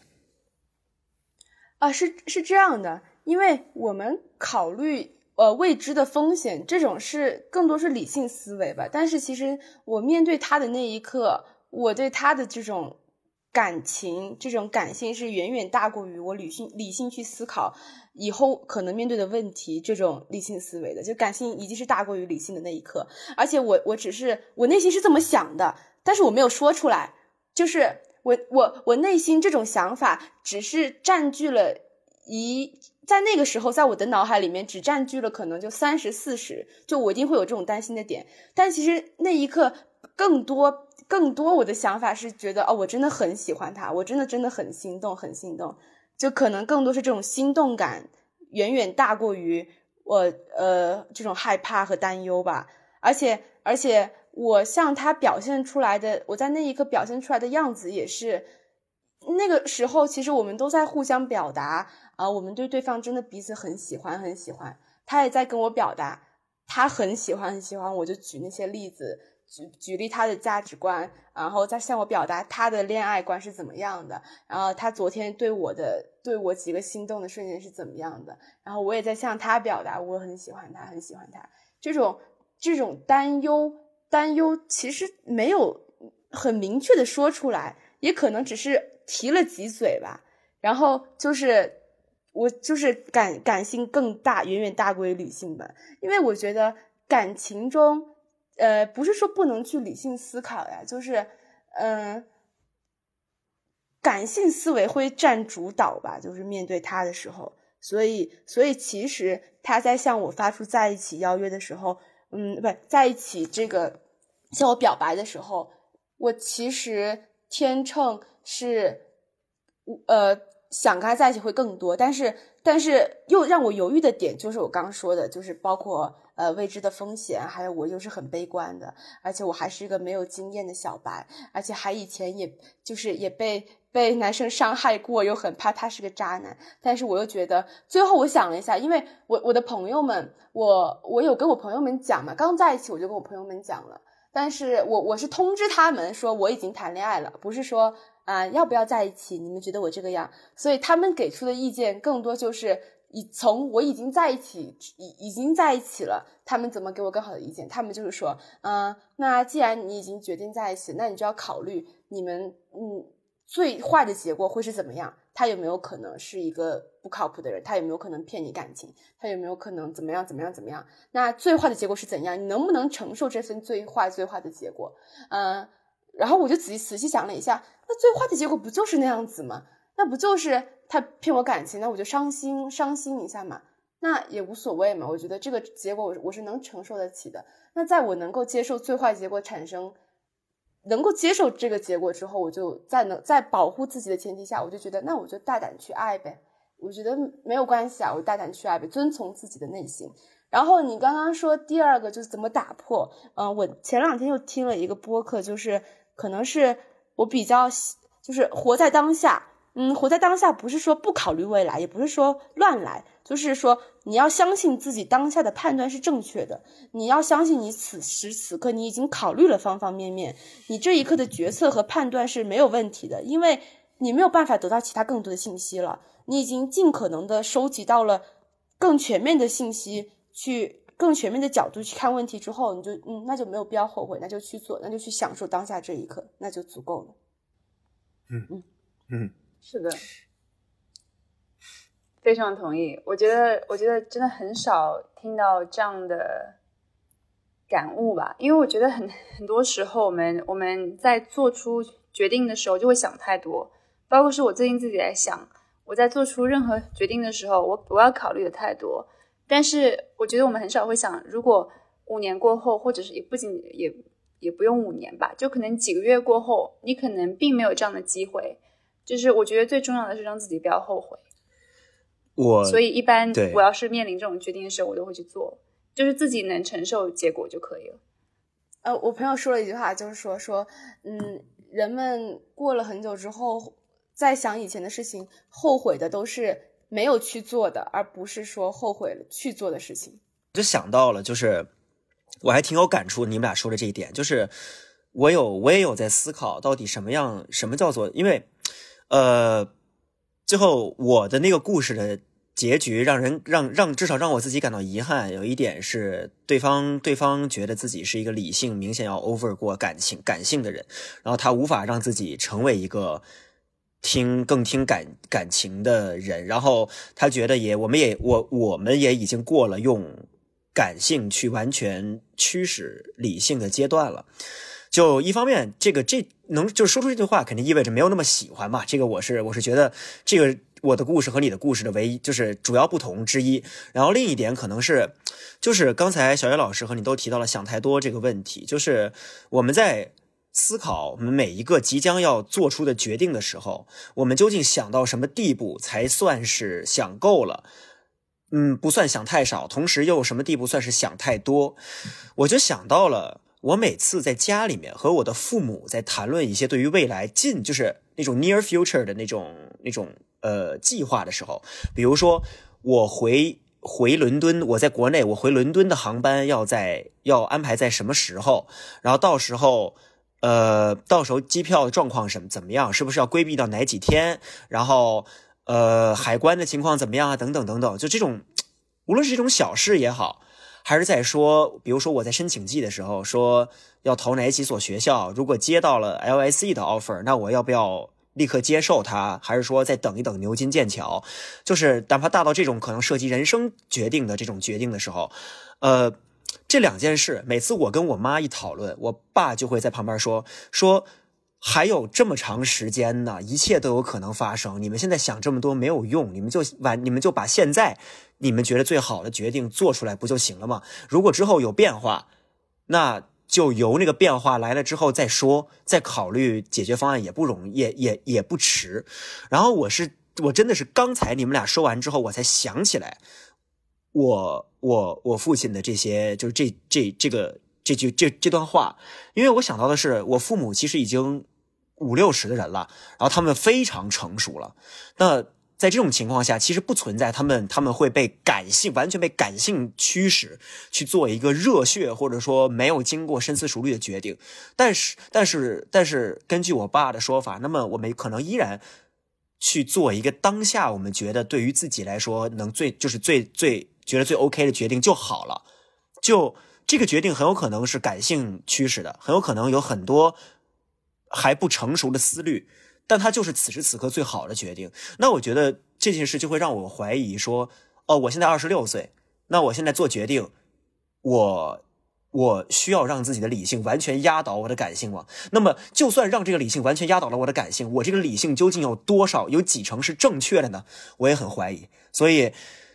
是这样的，因为我们考虑未知的风险，这种是更多是理性思维吧。但是其实我面对他的那一刻，我对他的这种感情，这种感性是远远大过于我理性去思考以后可能面对的问题，这种理性思维的，就感性已经是大过于理性的那一刻。而且我只是我内心是这么想的，但是我没有说出来，就是我内心这种想法只是占据了在那个时候，在我的脑海里面只占据了可能就30-40%，就我一定会有这种担心的点。但其实那一刻更多我的想法是觉得我真的很喜欢他，我真的很心动，就可能更多是这种心动感远远大过于我这种害怕和担忧吧。而且我向他表现出来的，我在那一刻表现出来的样子也是那个时候其实我们都在互相表达我们对对方真的彼此很喜欢，他也在跟我表达他很喜欢，我就举那些例子，举例他的价值观，然后再向我表达他的恋爱观是怎么样的，然后他昨天对我几个心动的瞬间是怎么样的，然后我也在向他表达我很喜欢他，这种担忧其实没有很明确的说出来，也可能只是提了几嘴吧。然后我感性更大，远远大过于理性吧。因为我觉得感情中不是说不能去理性思考呀，就是感性思维会占主导吧，就是面对他的时候，所以其实他在向我发出在一起邀约的时候，不在一起这个向我表白的时候，我其实天秤是想跟他在一起会更多，但是又让我犹豫的点就是我刚刚说的，就是包括未知的风险，还有我又是很悲观的，而且我还是一个没有经验的小白，而且还以前也被男生伤害过，又很怕他是个渣男。但是我又觉得，最后我想了一下，因为我的朋友们，我有跟我朋友们讲嘛，刚在一起我就跟我朋友们讲了，但是我是通知他们说我已经谈恋爱了，不是说要不要在一起，你们觉得我这个样，所以他们给出的意见更多就是从我已经在一起了，他们怎么给我更好的意见，他们就是说那既然你已经决定在一起，那你就要考虑你们最坏的结果会是怎么样，他有没有可能是一个不靠谱的人，他有没有可能骗你感情，他有没有可能怎么样，那最坏的结果是怎样，你能不能承受这份最坏的结果。然后我就仔细想了一下，那最坏的结果不就是那样子吗？那不就是他骗我感情，那我就伤心一下嘛，那也无所谓嘛，我觉得这个结果我是能承受得起的。那在我能够接受最坏结果能够接受这个结果之后，我就在保护自己的前提下，我就觉得那我就大胆去爱呗，我觉得没有关系啊，我大胆去爱呗，遵从自己的内心。然后你刚刚说第二个就是怎么打破，我前2天又听了一个播客，就是可能是我比较就是活在当下。活在当下不是说不考虑未来，也不是说乱来，就是说你要相信自己当下的判断是正确的，你要相信你此时此刻你已经考虑了方方面面，你这一刻的决策和判断是没有问题的，因为你没有办法得到其他更多的信息了，你已经尽可能的收集到了更全面的信息，去更全面的角度去看问题之后，你就那就没有必要后悔，那就去做，那就去享受当下这一刻，那就足够了。 是的，非常同意。我觉得真的很少听到这样的感悟吧，因为我觉得很多时候我们在做出决定的时候就会想太多，包括是我最近自己在想，我在做出任何决定的时候，我要考虑的太多。但是我觉得我们很少会想，如果5年过后，或者是也不用5年吧，就可能几个月过后，你可能并没有这样的机会。就是我觉得最重要的是让自己不要后悔。所以一般我要是面临这种决定的时候，我都会去做，就是自己能承受结果就可以了。 我朋友说了一句话，就是说人们过了很久之后再想以前的事情，后悔的都是没有去做的，而不是说后悔了去做的事情。 就想到了，就是我还挺有感触，你们俩说的这一点，就是我也有在思考到底什么叫做，因为最后我的那个故事的结局至少让我自己感到遗憾。有一点是对方觉得自己是一个理性明显要 over 过感性的人，然后他无法让自己成为一个更听感情的人，然后他觉得我们也已经过了用感性去完全驱使理性的阶段了。就一方面，这能就是说出这句话，肯定意味着没有那么喜欢嘛。这个我是觉得，这个我的故事和你的故事的唯一就是主要不同之一。然后另一点可能是，就是刚才小叶老师和你都提到了想太多这个问题，就是我们在思考我们每一个即将要做出的决定的时候，我们究竟想到什么地步才算是想够了？不算想太少，同时又什么地步算是想太多？我就想到了。我每次在家里面和我的父母在谈论一些对于未来就是那种 near future 的那种计划的时候，比如说我回伦敦，我在国内，我回伦敦的航班要安排在什么时候，然后到时候机票的状况怎么样，是不是要规避到哪几天，然后海关的情况怎么样啊，等等等等，就这种无论是这种小事也好。还是在说，比如说我在申请季的时候说要投哪几所学校，如果接到了 LSE 的 offer， 那我要不要立刻接受它，还是说再等一等牛津剑桥？就是哪怕大到这种可能涉及人生决定的这种决定的时候， 这两件事，每次我跟我妈一讨论，我爸就会在旁边说还有这么长时间呢，一切都有可能发生。你们现在想这么多没有用，你们就把现在你们觉得最好的决定做出来不就行了吗？如果之后有变化，那就由那个变化来了之后再说，再考虑解决方案也不容易，也不迟。然后我真的是刚才你们俩说完之后，我才想起来，我父亲的这些就是这段话，因为我想到的是，我父母其实已经50-60的人了，然后他们非常成熟了。那在这种情况下，其实不存在他们会被完全被感性驱使去做一个热血或者说没有经过深思熟虑的决定。但是根据我爸的说法，那么我们可能依然去做一个当下我们觉得对于自己来说能最觉得最 OK 的决定就好了。就这个决定很有可能是感性驱使的，很有可能有很多还不成熟的思虑，但它就是此时此刻最好的决定。那我觉得这件事就会让我怀疑说，我现在26岁，那我现在做决定，我需要让自己的理性完全压倒我的感性吗？那么就算让这个理性完全压倒了我的感性，我这个理性究竟有几成是正确的呢？我也很怀疑。所以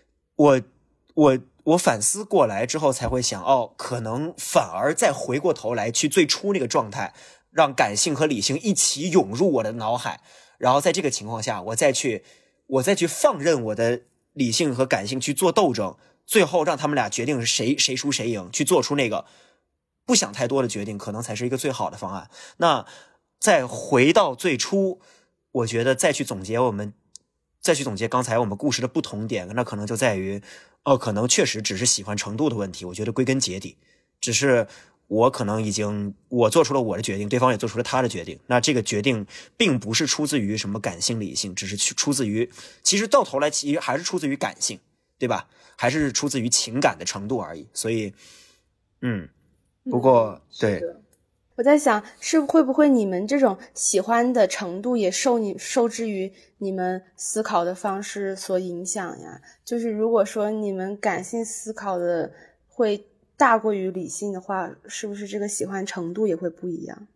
我反思过来之后才会想，可能反而再回过头来去最初那个状态，让感性和理性一起涌入我的脑海，然后在这个情况下我再去放任我的理性和感性去做斗争，最后让他们俩决定谁输谁赢，去做出那个不想太多的决定，可能才是一个最好的方案。那再回到最初，我觉得再去总结刚才我们故事的不同点，那可能就在于可能确实只是喜欢程度的问题。我觉得归根结底只是我可能我做出了我的决定，对方也做出了他的决定，那这个决定并不是出自于什么感性理性，只是出自于，其实到头来其实还是出自于感性，对吧？还是出自于情感的程度而已。所以不过对， 我在想会不会你们这种喜欢的程度也受制于你们思考的方式所影响呀？就是如果说你们感性思考的会大过于理性的话，是不是这个喜欢程度也会不一样？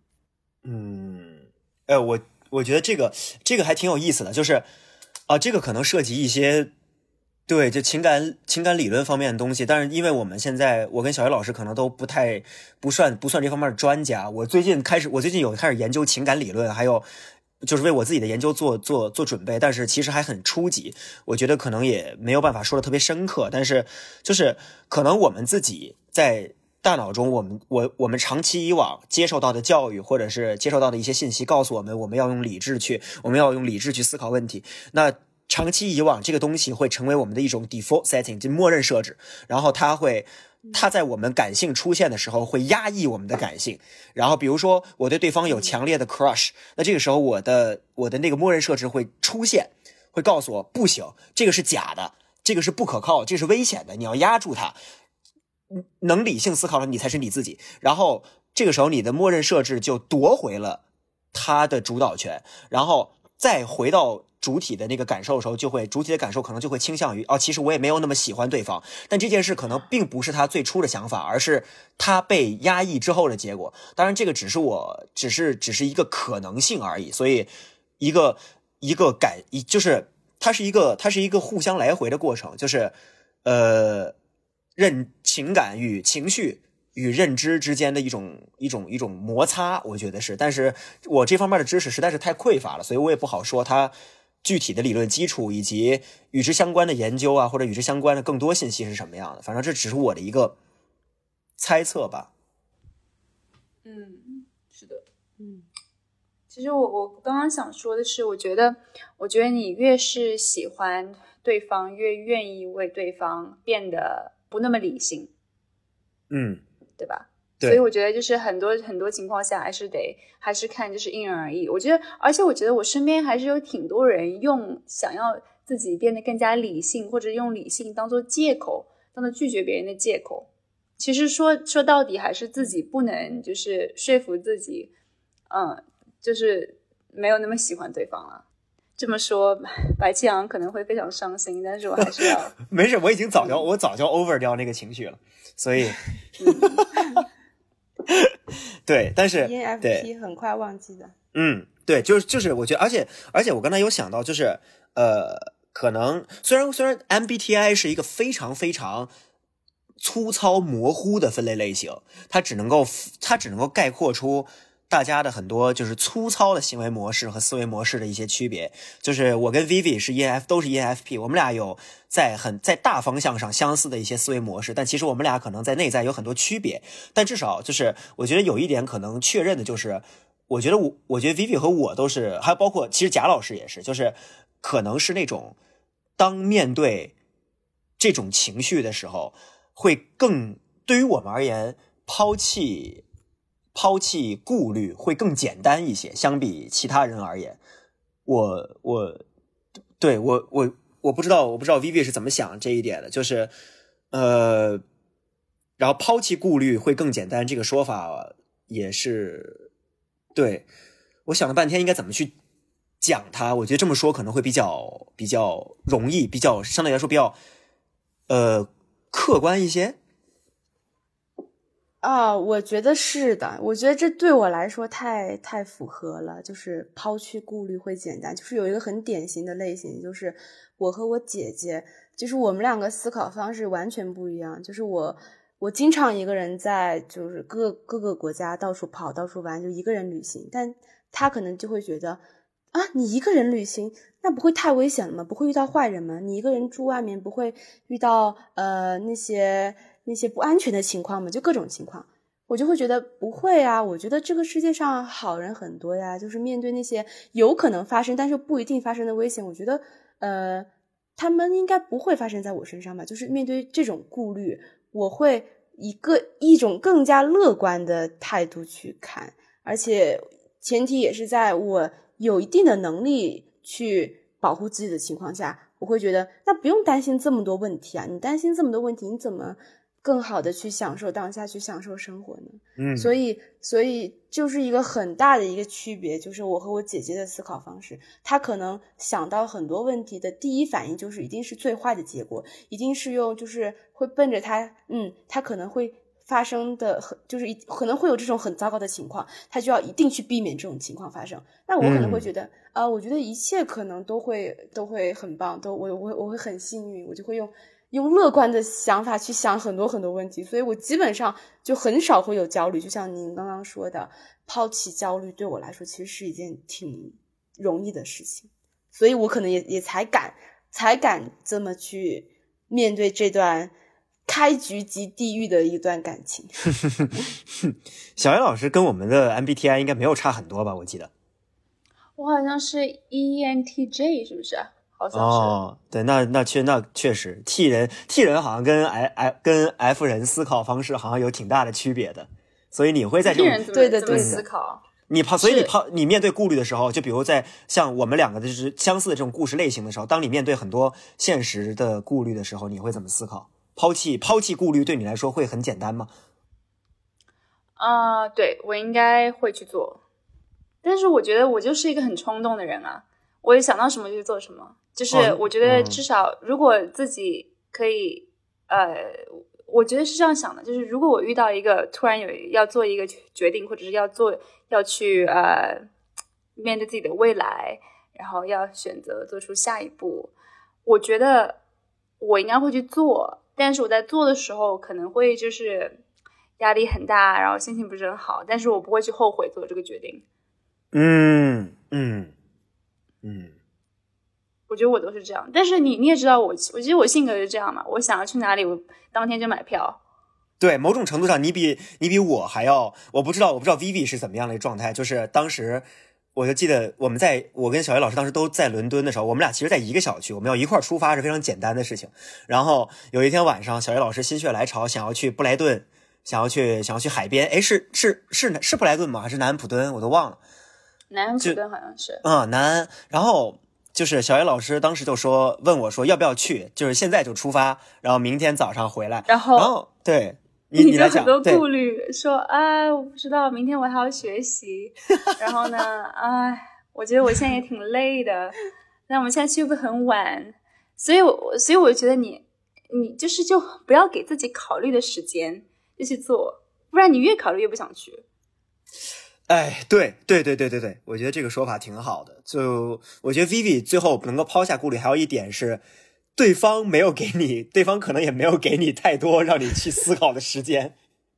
我觉得这个还挺有意思的，就是这个可能涉及一些对就情感理论方面的东西，但是因为我跟小鱼老师可能都不算这方面的专家，我最近有开始研究情感理论，还有就是为我自己的研究做准备，但是其实还很初级，我觉得可能也没有办法说的特别深刻，但是就是可能我们自己在大脑中，我们长期以往接受到的教育或者是接受到的一些信息告诉我们，我们要用理智去思考问题。那长期以往这个东西会成为我们的一种 default setting， 就默认设置，然后它在我们感性出现的时候会压抑我们的感性。然后比如说我对对方有强烈的 crush， 那这个时候我的那个默认设置会出现，会告诉我不行，这个是假的，这个是不可靠，这是危险的，你要压住它。能理性思考的你才是你自己，然后这个时候你的默认设置就夺回了它的主导权，然后再回到主体的那个感受的时候，主体的感受可能就会倾向于其实我也没有那么喜欢对方，但这件事可能并不是他最初的想法，而是他被压抑之后的结果。当然这个只是一个可能性而已，所以就是它是一个互相来回的过程，就是情感与情绪与认知之间的一种摩擦，我觉得是。但是我这方面的知识实在是太匮乏了，所以我也不好说它具体的理论基础以及与之相关的研究或者与之相关的更多信息是什么样的。反正这只是我的一个猜测吧。 是的。其实我刚刚想说的是，我觉得你越是喜欢对方，越愿意为对方变得不那么理性，对吧？ 对。 所以我觉得就是很多情况下还是看就是因人而异。而且我觉得我身边还是有挺多人想要自己变得更加理性，或者用理性当做借口，当做拒绝别人的借口。其实说到底还是自己不能就是说服自己，就是没有那么喜欢对方了。 这么说白气阳可能会非常伤心，但是我还是要没事，我早就 over 掉那个情绪了，所以对，但是 ENFP 很快忘记的。 对，就是我觉得，而且我刚才有想到，就是可能虽然 MBTI 是一个非常非常粗糙模糊的分类类型，它只能够概括出大家的很多就是粗糙的行为模式和思维模式的一些区别。就是我跟 Vivi 是 都是 ENFP， 我们俩有在大方向上相似的一些思维模式，但其实我们俩可能在内在有很多区别。但至少就是我觉得有一点可能确认的就是，我觉得 Vivi 和我都是，还有包括其实贾老师也是，就是可能是那种当面对这种情绪的时候，会更对于我们而言，抛弃顾虑会更简单一些，相比其他人而言。我不知道 Vivi 是怎么想这一点的，就是然后抛弃顾虑会更简单这个说法也是对，我想了半天应该怎么去讲它，我觉得这么说可能会比较容易，相对来说比较客观一些。 我觉得是的，我觉得这对我来说太符合了，就是抛去顾虑会简单。就是有一个很典型的类型，就是我和我姐姐，就是我们两个思考方式完全不一样。就是我经常一个人在就是各个国家到处跑到处玩，就一个人旅行，但她可能就会觉得你一个人旅行那不会太危险了吗？不会遇到坏人吗？你一个人住外面不会遇到那些不安全的情况吗？就各种情况，我就会觉得不会啊，我觉得这个世界上好人很多呀，就是面对那些有可能发生但是不一定发生的危险，我觉得他们应该不会发生在我身上吧。就是面对这种顾虑，我会一种更加乐观的态度去看，而且前提也是在我有一定的能力去保护自己的情况下，我会觉得那不用担心这么多问题啊，你担心这么多问题，你怎么更好的去享受当下，去享受生活呢？所以就是一个很大的一个区别，就是我和我姐姐的思考方式，她可能想到很多问题的第一反应就是一定是最坏的结果，一定是就是会奔着她可能会发生的就是可能会有这种很糟糕的情况，他就要一定去避免这种情况发生。那我可能会觉得我觉得一切可能都会很棒，我会很幸运，我就会用乐观的想法去想很多很多问题，所以我基本上就很少会有焦虑。就像您刚刚说的，抛弃焦虑对我来说其实是一件挺容易的事情，所以我可能也才敢这么去面对这段开局即地狱的一段感情。 小袁老师跟我们的 MBTI 应该没有差很多吧？我记得我好像是 ENTJ 是不是？好像是。 对，那确实 T 人好像跟 F 人思考方式好像有挺大的区别的，所以你会在这种对的思考。 你面对顾虑的时候，就比如在像我们两个就是相似的这种故事类型的时候，当你面对很多现实的顾虑的时候，你会怎么思考？抛弃顾虑对你来说会很简单吗？ 对，我应该会去做，但是我觉得我就是一个很冲动的人啊，我也想到什么就做什么，就是我觉得至少如果自己可以我觉得是这样想的，就是如果我遇到一个突然要做一个决定，或者是要去面对自己的未来，然后要选择做出下一步，我觉得我应该会去做，但是我在做的时候可能会就是压力很大，然后心情不是很好，但是我不会去后悔做这个决定。我觉得我都是这样，但是你也知道我觉得我性格是这样嘛，我想要去哪里我当天就买票。 对，某种程度上你比我还要，我不知道 Vivi 是怎么样的状态，就是当时我就记得我跟小叶老师当时都在伦敦的时候，我们俩其实在一个小区，我们要一块出发是非常简单的事情。然后有一天晚上，小叶老师心血来潮想要去布莱顿，想要去海边，是布莱顿吗？还是南安普敦？我都忘了。 南安普敦好像是。 南安。然后就是小叶老师当时就问我说要不要去，就是现在就出发，然后明天早上回来。然后对。你来讲， 很多顾虑，说我不知道，明天我还要学习，然后呢，我觉得我现在也挺累的， 那我们下去会不会很晚？所以我觉得你就不要给自己考虑的时间就去做，不然你越考虑越不想去。 哎，对，我觉得这个说法挺好的。就我觉得 Vivi 最后能够抛下顾虑，还有一点是，对方可能也没有给你太多让你去思考的时间。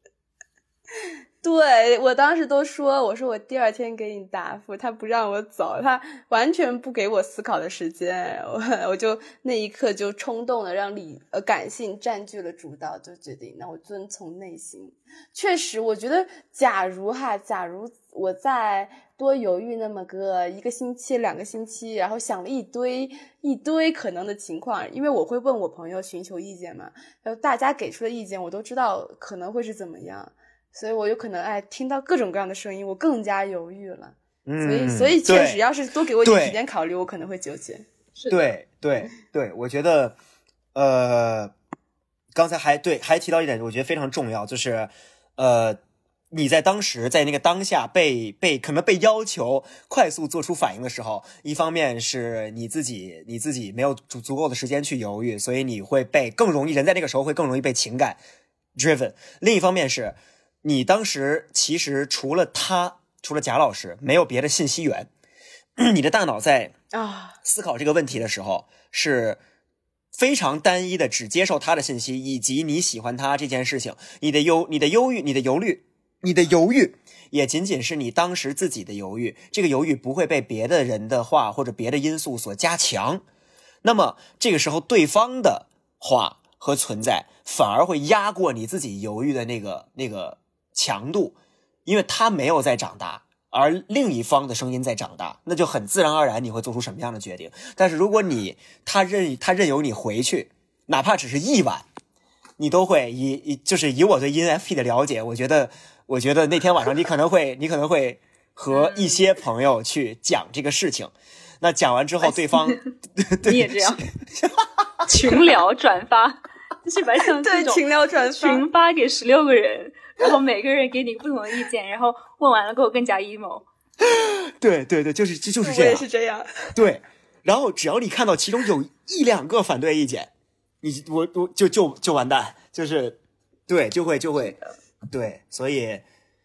对，我当时都说，我说我第二天给你答复，他不让我走，他完全不给我思考的时间，我就那一刻就冲动的让感性占据了主导，就决定那我遵从内心。确实，我觉得假如我再多犹豫那么个1个星期2个星期，然后想了一堆可能的情况，因为我会问我朋友寻求意见嘛，然后大家给出的意见我都知道可能会是怎么样，所以我有可能听到各种各样的声音，我更加犹豫了。所以确实要是多给我一点时间考虑，我可能会纠结。 对，我觉得刚才还提到一点我觉得非常重要，就是你在当时在那个当下可能被要求快速做出反应的时候，一方面是你自己没有足够的时间去犹豫，所以你会人在那个时候会更容易被情感 driven。 另一方面是你当时其实除了贾老师没有别的信息源，你的大脑在思考这个问题的时候是非常单一的，只接受他的信息以及你喜欢他这件事情。你的犹豫也仅仅是你当时自己的犹豫，这个犹豫不会被别的人的话或者别的因素所加强。那么这个时候对方的话和存在反而会压过你自己犹豫的那个强度，因为他没有在长大，而另一方的声音在长大，那就很自然而然你会做出什么样的决定。但是如果他任由你回去，哪怕只是一晚，你都会就是以我对 ENFP 的了解，我觉得那天晚上你可能会和一些朋友去讲这个事情。那讲完之后对方你也这样群聊转发，就是把像这种群聊转发群发给16个人，然后每个人给你不同的意见，然后问完了给我更加 emo。 对，就是这样， 我也是这样。 对，然后只要你看到其中有1、2个反对意见，我就完蛋，就是对就会对，所以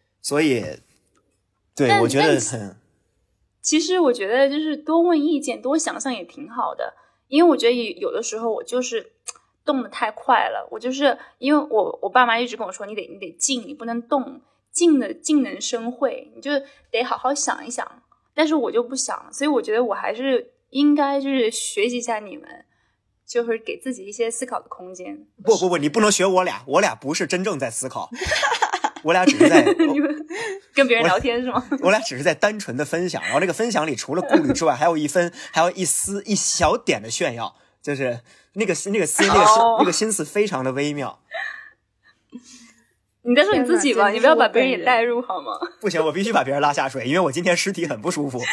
对，我觉得其实我觉得就是多问意见多想想也挺好的，因为我觉得有的时候我就是动得太快了，我就是因为我爸妈一直跟我说你得静，你不能动，静能生慧，你就得好好想一想，但是我就不想，所以我觉得我还是应该就是学习一下你们，就是给自己一些思考的空间。 不，你不能学我俩不是真正在思考我俩只是在跟别人聊天是吗？ 我俩只是在单纯的分享，然后那个分享里除了顾虑之外，还有一小点的炫耀，就是那个心思非常的微妙。 你在说你自己吧，你不要把别人也带入好吗？ 不行，我必须把别人拉下水，因为我今天尸体很不舒服。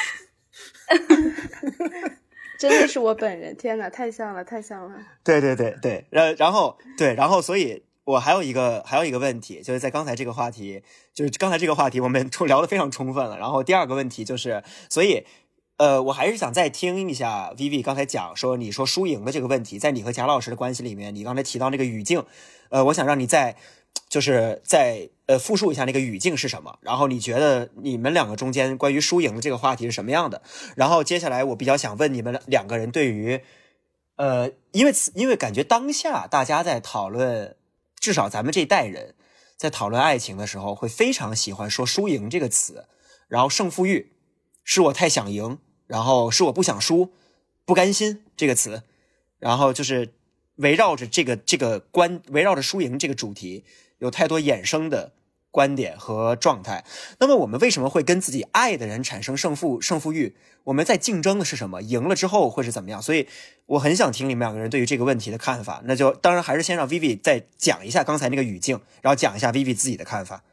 真的是我本人，天哪，太像了。 对，然后所以我还有一个问题，就是在刚才这个话题，我们聊得非常充分了。然后第二个问题就是，所以我还是想再听一下 Vivi 刚才讲说你说输赢的这个问题，在你和贾老师的关系里面，你刚才提到那个语境，我想让你再复述一下那个语境是什么，然后你觉得你们两个中间关于输赢的这个话题是什么样的。然后接下来我比较想问你们两个人对于因为感觉当下大家在讨论，至少咱们这一代人在讨论爱情的时候会非常喜欢说输赢这个词，然后胜负欲，是我太想赢，然后是我不想输，不甘心这个词，然后就是围绕着围绕着输赢这个主题有太多衍生的观点和状态。那么我们为什么会跟自己爱的人产生胜负欲？我们在竞争的是什么？赢了之后会是怎么样？所以我很想听你们两个人对于这个问题的看法。那就当然还是先让 Vivi 再讲一下刚才那个语境，然后讲一下 Vivi 自己的看法。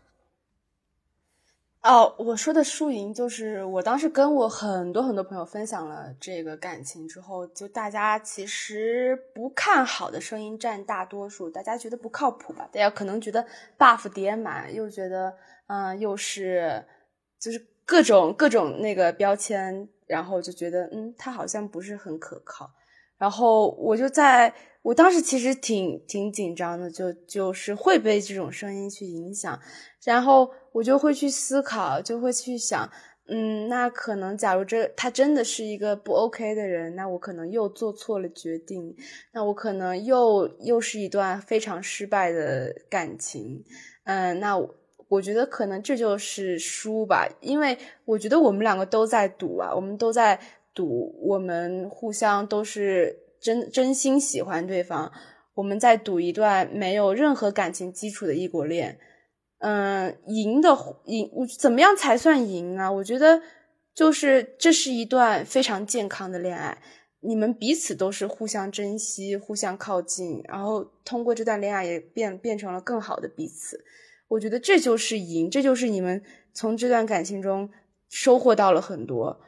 我说的输赢就是我当时跟我很多朋友分享了这个感情之后，就大家其实不看好的声音占大多数，大家觉得不靠谱吧，大家可能觉得 buff 叠满，又觉得又是就是各种那个标签，然后就觉得他好像不是很可靠。然后我当时其实挺紧张的，就是会被这种声音去影响，然后我就会去思考，就会去想，那可能假如他真的是一个不 OK 的人，那我可能又做错了决定，那我可能又是一段非常失败的感情，那我觉得可能这就是输吧，因为我觉得我们两个都在赌啊，我们都在赌，我们互相都是真心喜欢对方，我们在赌一段没有任何感情基础的异国恋。赢怎么样才算赢啊？我觉得就是这是一段非常健康的恋爱，你们彼此都是互相珍惜，互相靠近，然后通过这段恋爱也变成了更好的彼此。我觉得这就是赢，这就是你们从这段感情中收获到了很多。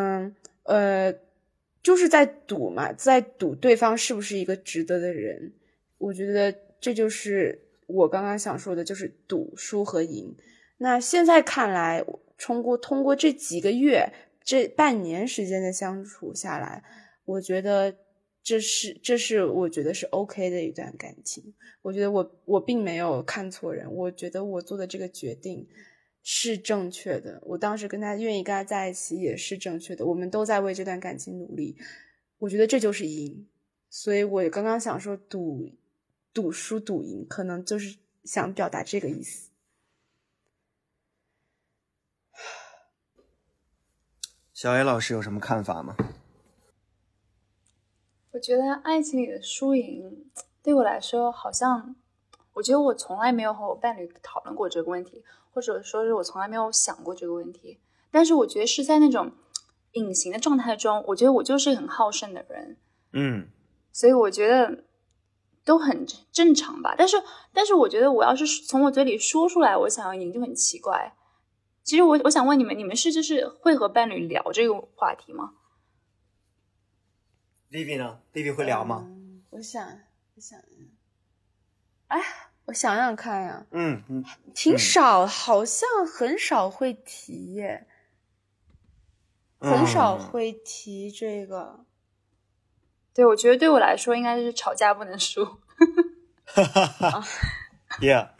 就是在赌嘛，在赌对方是不是一个值得的人。我觉得这就是我刚刚想说的，就是赌输和赢。那现在看来，通过这几个月这半年时间的相处下来，我觉得这是我觉得是 OK 的一段感情。我觉得我并没有看错人，我觉得我做的这个决定是正确的，我当时愿意跟他在一起也是正确的，我们都在为这段感情努力，我觉得这就是赢。所以我刚刚想说赌输赌赢，可能就是想表达这个意思。 小 A 老师有什么看法吗？ 我觉得爱情里的输赢对我来说，好像我觉得我从来没有和我伴侣讨论过这个问题，或者说是我从来没有想过这个问题。但是我觉得是在那种隐形的状态中，我觉得我就是很好胜的人，所以我觉得都很正常吧。但是我觉得我要是从我嘴里说出来我想要赢就很奇怪。其实我想问你们是就是会和伴侣聊这个话题吗？ Vivi 呢？ Vivi 会聊吗？ 我想想看呀，挺少，好像很少会提耶，很少会提这个。 对，我觉得对我来说应该是吵架不能输。 Yeah，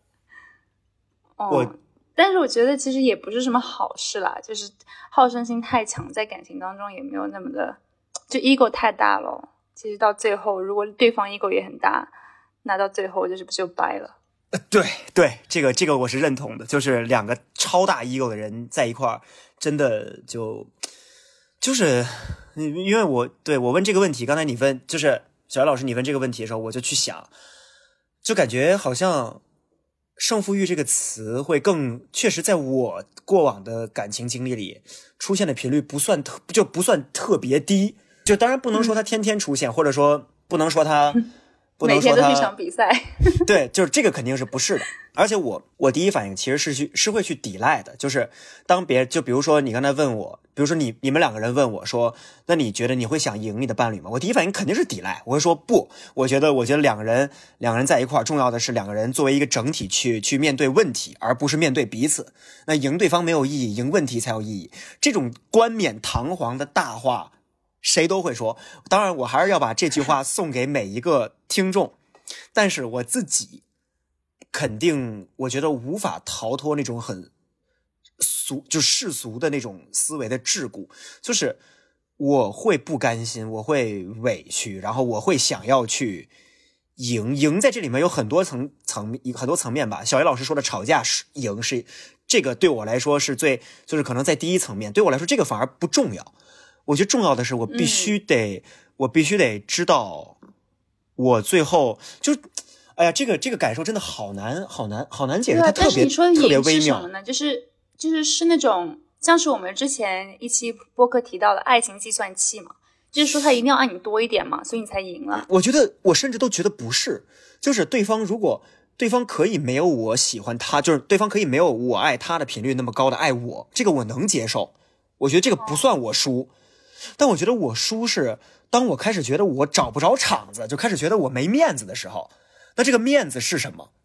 但是我觉得其实也不是什么好事啦，就是好胜心太强，在感情当中也没有那么的，就 ego 太大了。其实到最后，如果对方 ego 也很大，那到最后就是不就掰了。 对，这个我是认同的，就是两个超大 ego 的人在一块儿，真的就是因为我问这个问题，刚才你问就是小艾老师你问这个问题的时候，我就去想，就感觉好像胜负欲这个词会更确实在我过往的感情经历里出现的频率不算特别低，就当然不能说它天天出现，或者说不能说它每天都是一场比赛。 对，就是这个肯定是不是的。而且我第一反应其实是会去抵赖的，就是当就比如说你刚才问我，比如说你们两个人问我说，那你觉得你会想赢你的伴侣吗？我第一反应肯定是抵赖，我会说不，我觉得两个人在一块儿，重要的是两个人作为一个整体去面对问题，而不是面对彼此。那赢对方没有意义，赢问题才有意义。这种冠冕堂皇的大话谁都会说，当然我还是要把这句话送给每一个听众，但是我自己肯定我觉得无法逃脱那种很就世俗的那种思维的桎梏，就是我会不甘心，我会委屈，然后我会想要去赢在这里面有很多层面吧。小 A 老师说的吵架赢是这个对我来说是就是可能在第一层面，对我来说这个反而不重要。我觉得重要的是我必须得知道我最后就哎呀这个感受真的好难解释，它特别特别微妙呢，就是那种像是我们之前一期播客提到的爱情计算器嘛，就是说他一定要爱你多一点嘛，所以你才赢了。 我甚至都觉得不是，就是如果对方可以没有我喜欢他，就是对方可以没有我爱他的频率那么高的爱我，这个我能接受，我觉得这个不算我输。但我觉得我输是当我开始觉得我找不着场子，就开始觉得我没面子的时候，那这个面子是什么？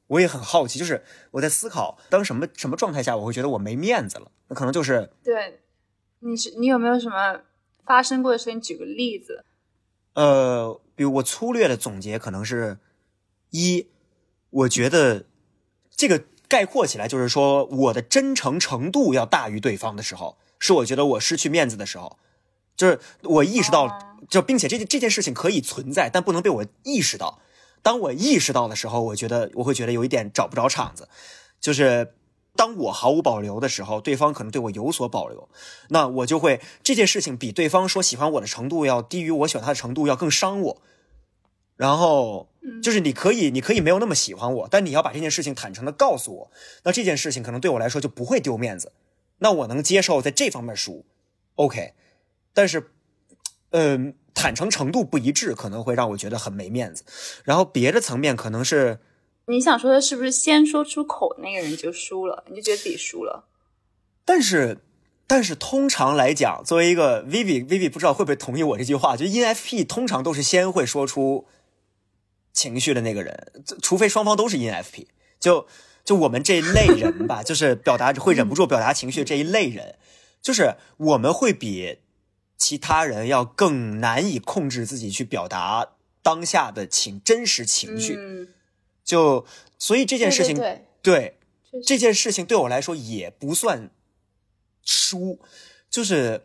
我也很好奇，就是我在思考，当什么状态下我会觉得我没面子了？那可能就是对，你有没有什么发生过的事情？举个例子。 比如我粗略的总结，可能是我觉得这个概括起来就是说，我的真诚程度要大于对方的时候，是我觉得我失去面子的时候。就是我意识到，并且这件事情可以存在，但不能被我意识到。当我意识到的时候，我会觉得有一点找不着场子。就是当我毫无保留的时候，对方可能对我有所保留，那我就会这件事情比对方说喜欢我的程度要低于我喜欢他的程度要更伤我。然后就是你可以没有那么喜欢我，但你要把这件事情坦诚的告诉我，那这件事情可能对我来说就不会丢面子，那我能接受在这方面输 OK。 但是坦诚程度不一致可能会让我觉得很没面子。然后别的层面可能是你想说的是不是先说出口那个人就输了，你就觉得自己输了？ 但是通常来讲，作为一个 Vivi 不知道会不会同意我这句话，就 ENFP 通常都是先会说出情绪的那个人，除非双方都是 ENFP。就我们这一类人吧，就是会忍不住表达情绪的这一类人，就是我们会比其他人要更难以控制自己去表达当下的真实情绪。所以这件事情，对这件事情对我来说也不算输。就是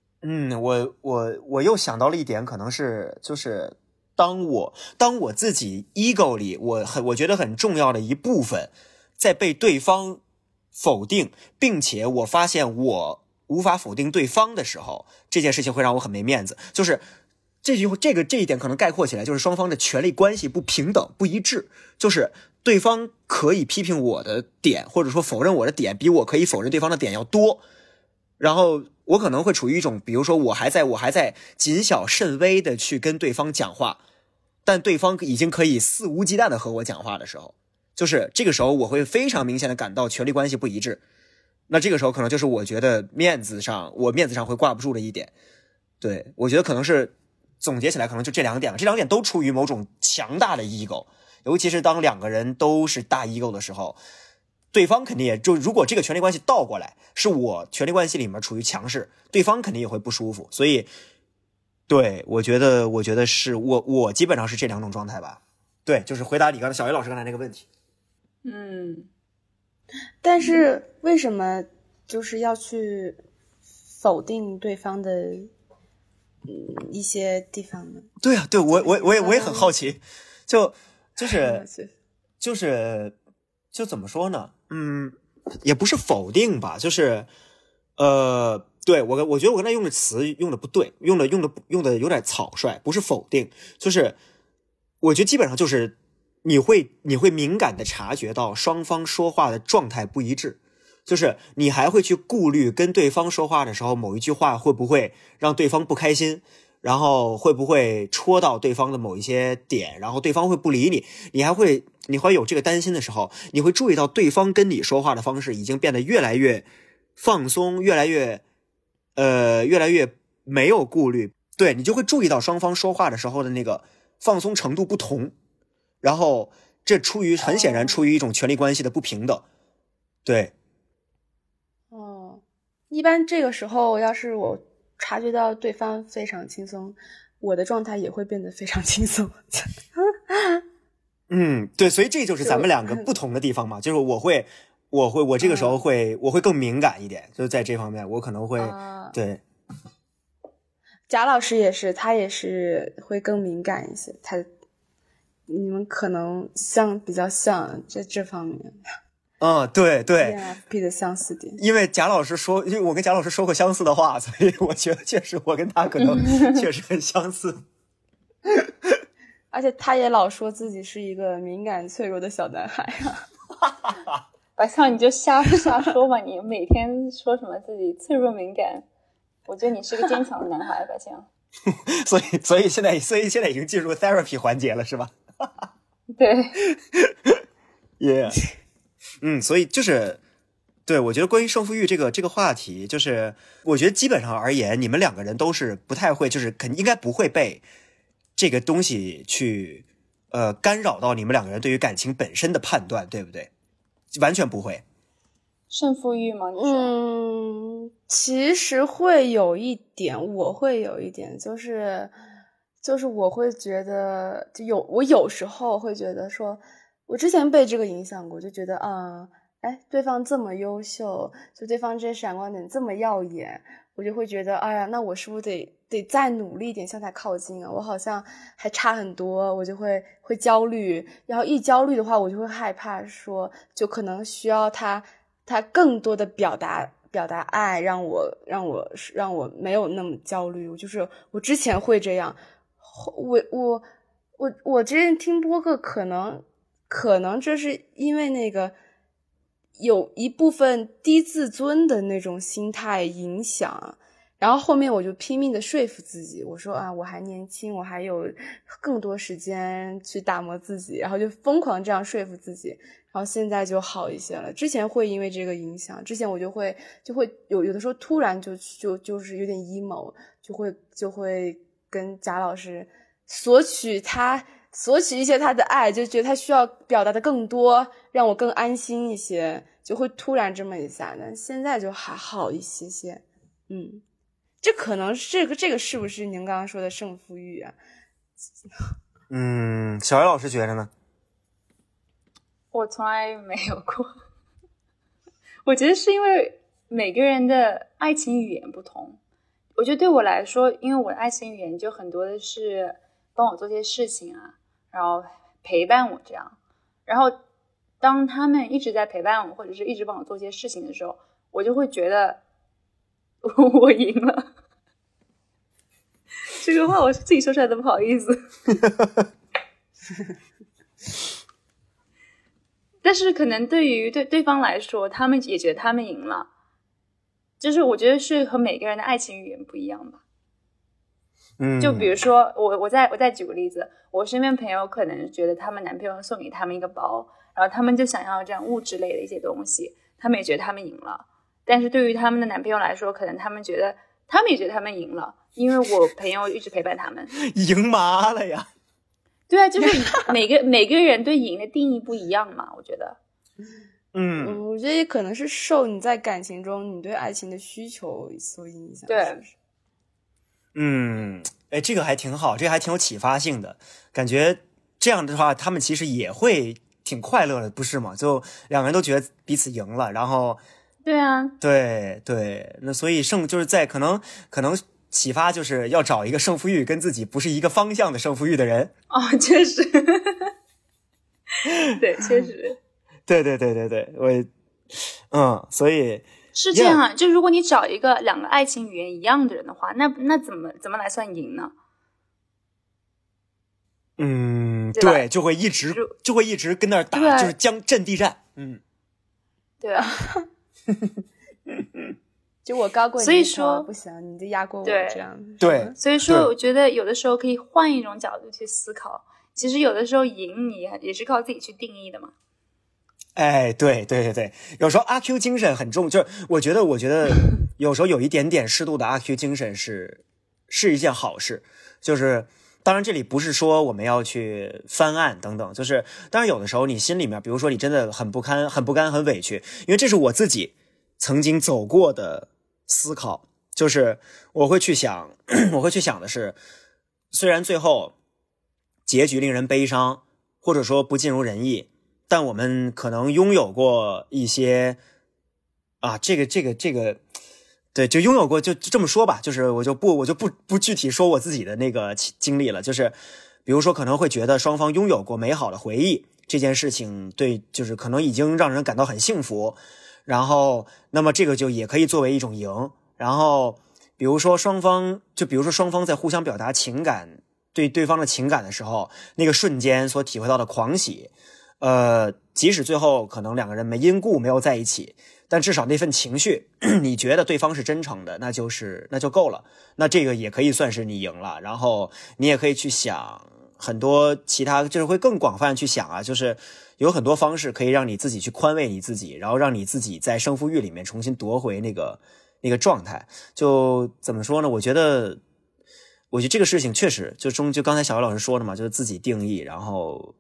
我又想到了一点，可能是就是当我自己 ego 里我觉得很重要的一部分在被对方否定，并且我发现我无法否定对方的时候，这件事情会让我很没面子。就是这一点可能概括起来就是双方的权力关系不平等不一致，就是对方可以批评我的点或者说否认我的点比我可以否认对方的点要多，然后我可能会处于一种，比如说我还在谨小慎微的去跟对方讲话，但对方已经可以肆无忌惮的和我讲话的时候，就是这个时候我会非常明显的感到权力关系不一致。那这个时候可能就是我觉得面子上会挂不住的一点。对，我觉得可能是总结起来可能就这两点吧，这两点都出于某种强大的 ego， 尤其是当两个人都是大 ego 的时候，对方肯定也就如果这个权力关系倒过来是我权力关系里面处于强势，对方肯定也会不舒服。所以对，我觉得是我基本上是这两种状态吧。对，就是回答你刚才小 A 老师刚才那个问题。 但是为什么就是要去否定对方的一些地方呢？ 对啊，对，我也很好奇，就怎么说呢？也不是否定吧，就是对，我觉得我刚才用的词用的不对，用的有点草率，不是否定，就是我觉得基本上就是你会敏感的察觉到双方说话的状态不一致，就是你还会去顾虑跟对方说话的时候某一句话会不会让对方不开心，然后会不会戳到对方的某一些点，然后对方会不理你，你会有这个担心的时候，你会注意到对方跟你说话的方式已经变得越来越放松，越来越没有顾虑。对，你就会注意到双方说话的时候的那个放松程度不同，然后这很显然出于一种权力关系的不平等。对。 一般这个时候要是我察觉到对方非常轻松，我的状态也会变得非常轻松。 对，所以这就是咱们两个不同的地方嘛，就是我这个时候我会更敏感一点，就是在这方面我可能会对。 贾老师也是，他也是会更敏感一些，你们可能比较像这方面。 对 ENFP 的相似点， 因为我跟贾老师说过相似的话，所以我觉得确实我跟他可能确实很相似。 而且他也老说自己是一个敏感脆弱的小男孩啊。 白象你就瞎说吧，你每天说什么自己脆弱敏感，我觉得你是个坚强的男孩，白象。 所以现在已经进入 therapy 环节了，是吧？ 对。 Yeah。所以就是对，我觉得关于胜负欲这个话题，就是我觉得基本上而言，你们两个人都是不太会，就是应该不会被这个东西去干扰到你们两个人对于感情本身的判断，对不对？完全不会。 胜负欲吗？你说？ 其实会有一点，我会有一点，就是我会觉得，我有时候会觉得说，我之前被这个影响过，就觉得对方这么优秀，就对方这闪光点这么耀眼，我就会觉得，哎呀，那我是不是得再努力一点向他靠近啊？我好像还差很多，我就会焦虑，然后一焦虑的话，我就会害怕说，就可能需要他更多的表达爱，让我没有那么焦虑。我之前会这样，我之前听播客，可能这是因为那个有一部分低自尊的那种心态影响，然后后面我就拼命的说服自己，我说我还年轻，我还有更多时间去打磨自己，然后就疯狂这样说服自己，然后现在就好一些了。之前会因为这个影响，之前我就会有的时候突然就是有点 emo， 就会跟贾老师索取一些他的爱，就觉得他需要表达的更多，让我更安心一些，就会突然这么一下的。现在就还好一些些。这可能这个是不是您刚刚说的胜负欲啊？ 小艾老师觉得呢？ 我从来没有过。我觉得是因为每个人的爱情语言不同。我觉得对我来说，因为我的爱情语言就很多的是帮我做些事情啊，然后陪伴我这样。然后当他们一直在陪伴我，或者是一直帮我做些事情的时候，我就会觉得我赢了。这个话我是自己说出来的，不好意思。但是可能对对方来说，他们也觉得他们赢了。就是我觉得是和每个人的爱情语言不一样吧。就比如说我再举个例子，我身边朋友可能觉得他们男朋友送给他们一个包，然后他们就想要这样物质类的一些东西，他们也觉得他们赢了。但是对于他们的男朋友来说，可能他们也觉得他们赢了，因为我朋友一直陪伴他们。 赢麻了呀。 对啊，就是每个人对赢的定义不一样嘛，我觉得。 我觉得也可能是受你在感情中你对爱情的需求所影响。 对。 是不是？ 这个还挺好，这个还挺有启发性的，感觉这样的话他们其实也会挺快乐的，不是吗？就两个人都觉得彼此赢了，然后对啊， 对，那所以就是在可能启发就是要找一个胜负欲跟自己不是一个方向的胜负欲的人。 确实。对，确实。 对，所以是这样啊，就如果你找一个两个爱情语言一样的人的话，那怎么来算赢呢？ 对，就会一直跟那儿打，就是阵地战。 对啊。 就我高过你， 所以说不行，你就压过我，这样。 对， 所以说我觉得有的时候可以换一种角度去思考，其实有的时候赢你也是靠自己去定义的嘛。 对，有时候阿 Q 精神很重，就是我觉得有时候有一点点适度的阿 Q 精神是一件好事。就是当然这里不是说我们要去翻案等等，就是当然有的时候你心里面，比如说你真的很不甘很委屈，因为这是我自己曾经走过的思考，就是我会去想的是，虽然最后结局令人悲伤，或者说不尽如人意，但我们可能拥有过一些这个对，就拥有过，就这么说吧，就是我就不具体说我自己的那个经历了，就是比如说可能会觉得双方拥有过美好的回忆，这件事情对，就是可能已经让人感到很幸福，然后那么这个就也可以作为一种赢。然后比如说双方在互相表达情感，对对方的情感的时候，那个瞬间所体会到的狂喜，即使最后可能两个人因故没有在一起，但至少那份情绪你觉得对方是真诚的，那就够了，那这个也可以算是你赢了。然后你也可以去想很多其他，就是会更广泛去想啊，就是有很多方式可以让你自己去宽慰你自己，然后让你自己在胜负欲里面重新夺回那个状态。就怎么说呢，我觉得我觉得这个事情确实就刚才小姚老师说的嘛，就是自己定义，然后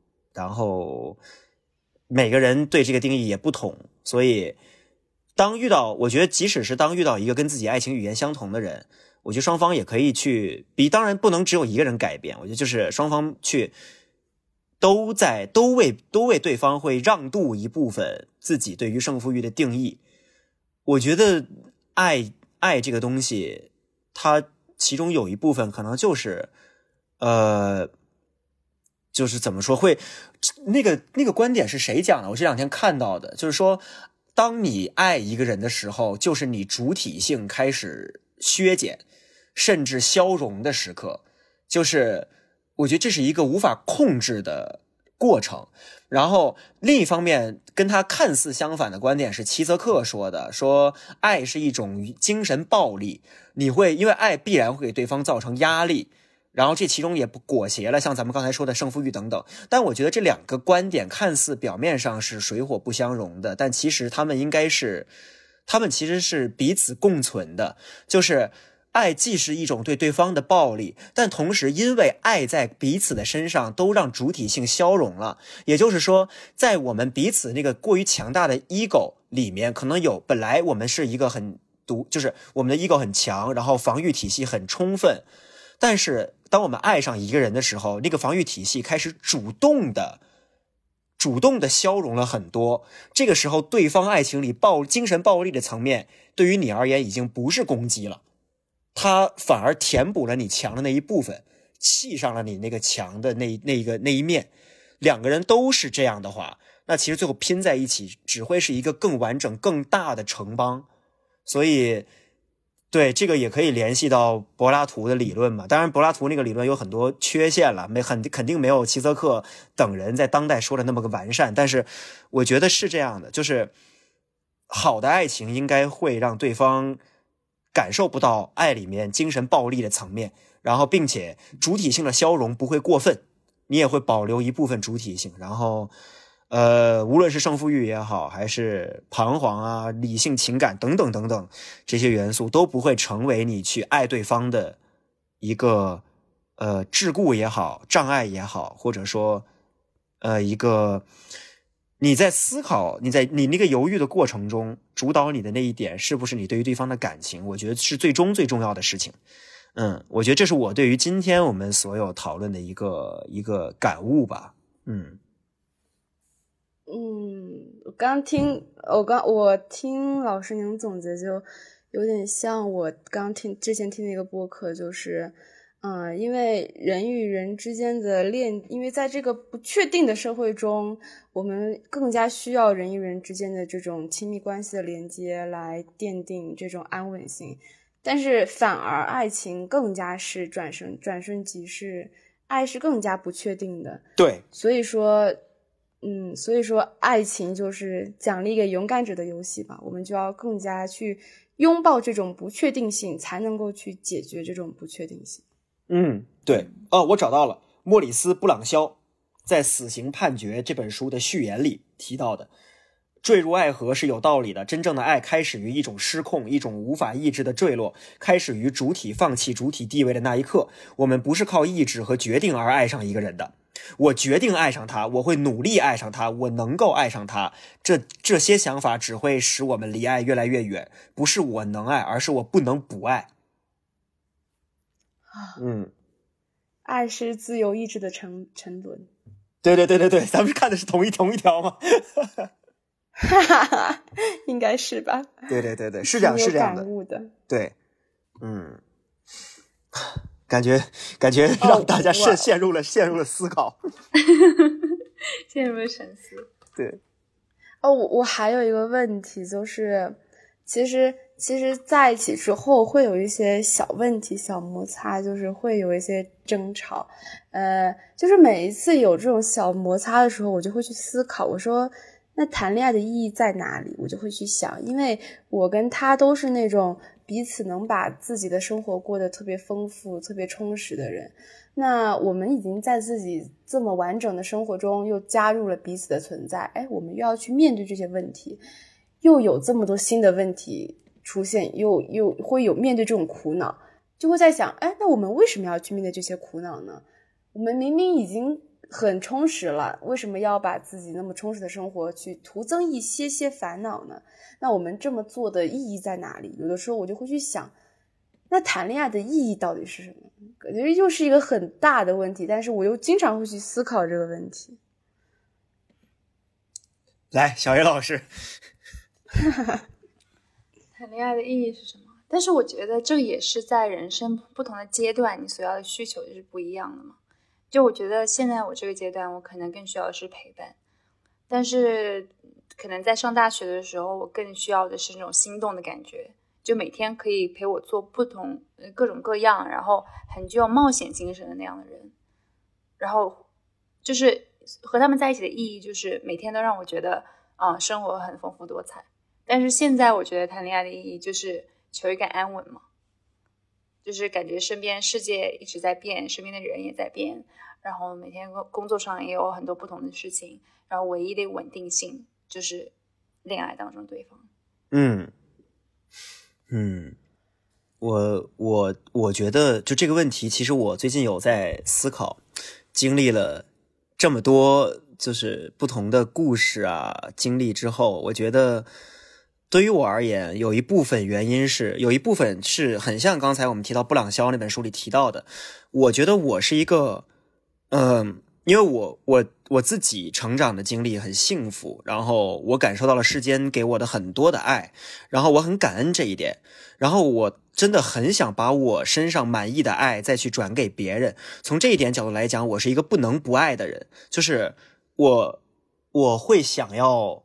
每个人对这个定义也不同，所以我觉得即使是当遇到一个跟自己爱情语言相同的人，我觉得双方也可以去当然不能只有一个人改变，我觉得就是双方去都为对方会让渡一部分自己对于胜负欲的定义。我觉得爱这个东西，它其中有一部分可能就是就是怎么说会那个观点是谁讲的？我这两天看到的，就是说当你爱一个人的时候，就是你主体性开始削减甚至消融的时刻，就是我觉得这是一个无法控制的过程。然后另一方面跟他看似相反的观点是齐泽克说的，说爱是一种精神暴力，因为爱必然会给对方造成压力，然后这其中也不裹挟了像咱们刚才说的胜负欲等等。但我觉得这两个观点看似表面上是水火不相容的，但其实他们其实是彼此共存的。就是爱既是一种对对方的暴力，但同时因为爱在彼此的身上都让主体性消融了，也就是说在我们彼此那个过于强大的 ego 里面，可能本来我们是一个就是我们的 ego 很强，然后防御体系很充分，但是当我们爱上一个人的时候，那个防御体系开始主动的消融了很多。这个时候对方爱情里精神暴力的层面对于你而言已经不是攻击了，它反而填补了你强的那一部分，砌上了你那个强的那一面。两个人都是这样的话，那其实最后拼在一起只会是一个更完整更大的城邦。所以对这个也可以联系到柏拉图的理论嘛。当然柏拉图那个理论有很多缺陷了，肯定没有齐泽克等人在当代说的那么个完善，但是我觉得是这样的，就是好的爱情应该会让对方感受不到爱里面精神暴力的层面，然后并且主体性的消融不会过分，你也会保留一部分主体性，然后无论是胜负欲也好，还是彷徨啊、理性情感等等等等，这些元素都不会成为你去爱对方的一个桎梏也好、障碍也好，或者说一个你在思考你那个犹豫的过程中主导你的那一点是不是你对于对方的感情，我觉得是最重要的事情。我觉得这是我对于今天我们所有讨论的一个感悟吧。 我听老师您总结，就有点像我之前听的一个播客，就是因为人与人之间的因为在这个不确定的社会中，我们更加需要人与人之间的这种亲密关系的连接来奠定这种安稳性，但是反而爱情更加是转瞬即逝，爱是更加不确定的。 对， 所以说爱情就是奖励给勇敢者的游戏吧，我们就要更加去拥抱这种不确定性，才能够去解决这种不确定性。 对，我找到了莫里斯·布朗肖在《死刑判决》这本书的序言里提到的，坠入爱河是有道理的，真正的爱开始于一种失控，一种无法抑制的坠落，开始于主体放弃主体地位的那一刻。我们不是靠意志和决定而爱上一个人的，我决定爱上他，我会努力爱上他，我能够爱上他，这些想法只会使我们离爱越来越远。不是我能爱，而是我不能不爱。 爱是自由意志的沉沦。 对，咱们看的是同一条吗？ 应该是吧。 对，是这样的。 感悟的。 对，感觉让大家陷入了思考， 陷入了沉思。 对。 我还有一个问题，就是其实在一起之后会有一些小问题、小摩擦，就是会有一些争吵。就是每一次有这种小摩擦的时候，我就会去思考，我说那谈恋爱的意义在哪里？我就会去想，因为我跟他都是那种彼此能把自己的生活过得特别丰富、特别充实的人。那我们已经在自己这么完整的生活中又加入了彼此的存在，我们又要去面对这些问题，又有这么多新的问题出现，又会有面对这种苦恼。 就会在想，哎，那我们为什么要去面对这些苦恼呢？我们明明已经很充实了，为什么要把自己那么充实的生活去徒增一些些烦恼呢？那我们这么做的意义在哪里？有的时候我就会去想，那谈恋爱的意义到底是什么？感觉又是一个很大的问题，但是我又经常会去思考这个问题。 来，小野老师。 谈恋爱的意义是什么？但是我觉得这也是在人生不同的阶段，你所要的需求就是不一样的嘛。就我觉得现在我这个阶段，我可能更需要的是陪伴，但是可能在上大学的时候，我更需要的是那种心动的感觉，就每天可以陪我做不同各种各样，然后很具有冒险精神的那样的人。然后就是和他们在一起的意义，就是每天都让我觉得生活很丰富多彩。但是现在我觉得谈恋爱的意义就是求一个安稳嘛，就是感觉身边世界一直在变，身边的人也在变，然后每天工作上也有很多不同的事情，然后唯一的稳定性就是恋爱当中对方。 我觉得就这个问题，其实我最近有在思考，经历了这么多就是不同的故事啊经历之后，我觉得对于我而言，有一部分是很像刚才我们提到布朗肖那本书里提到的，我觉得我是一个因为我自己成长的经历很幸福，然后我感受到了世间给我的很多的爱，然后我很感恩这一点，然后我真的很想把我身上满意的爱再去转给别人。从这一点角度来讲，我是一个不能不爱的人，就是我会想要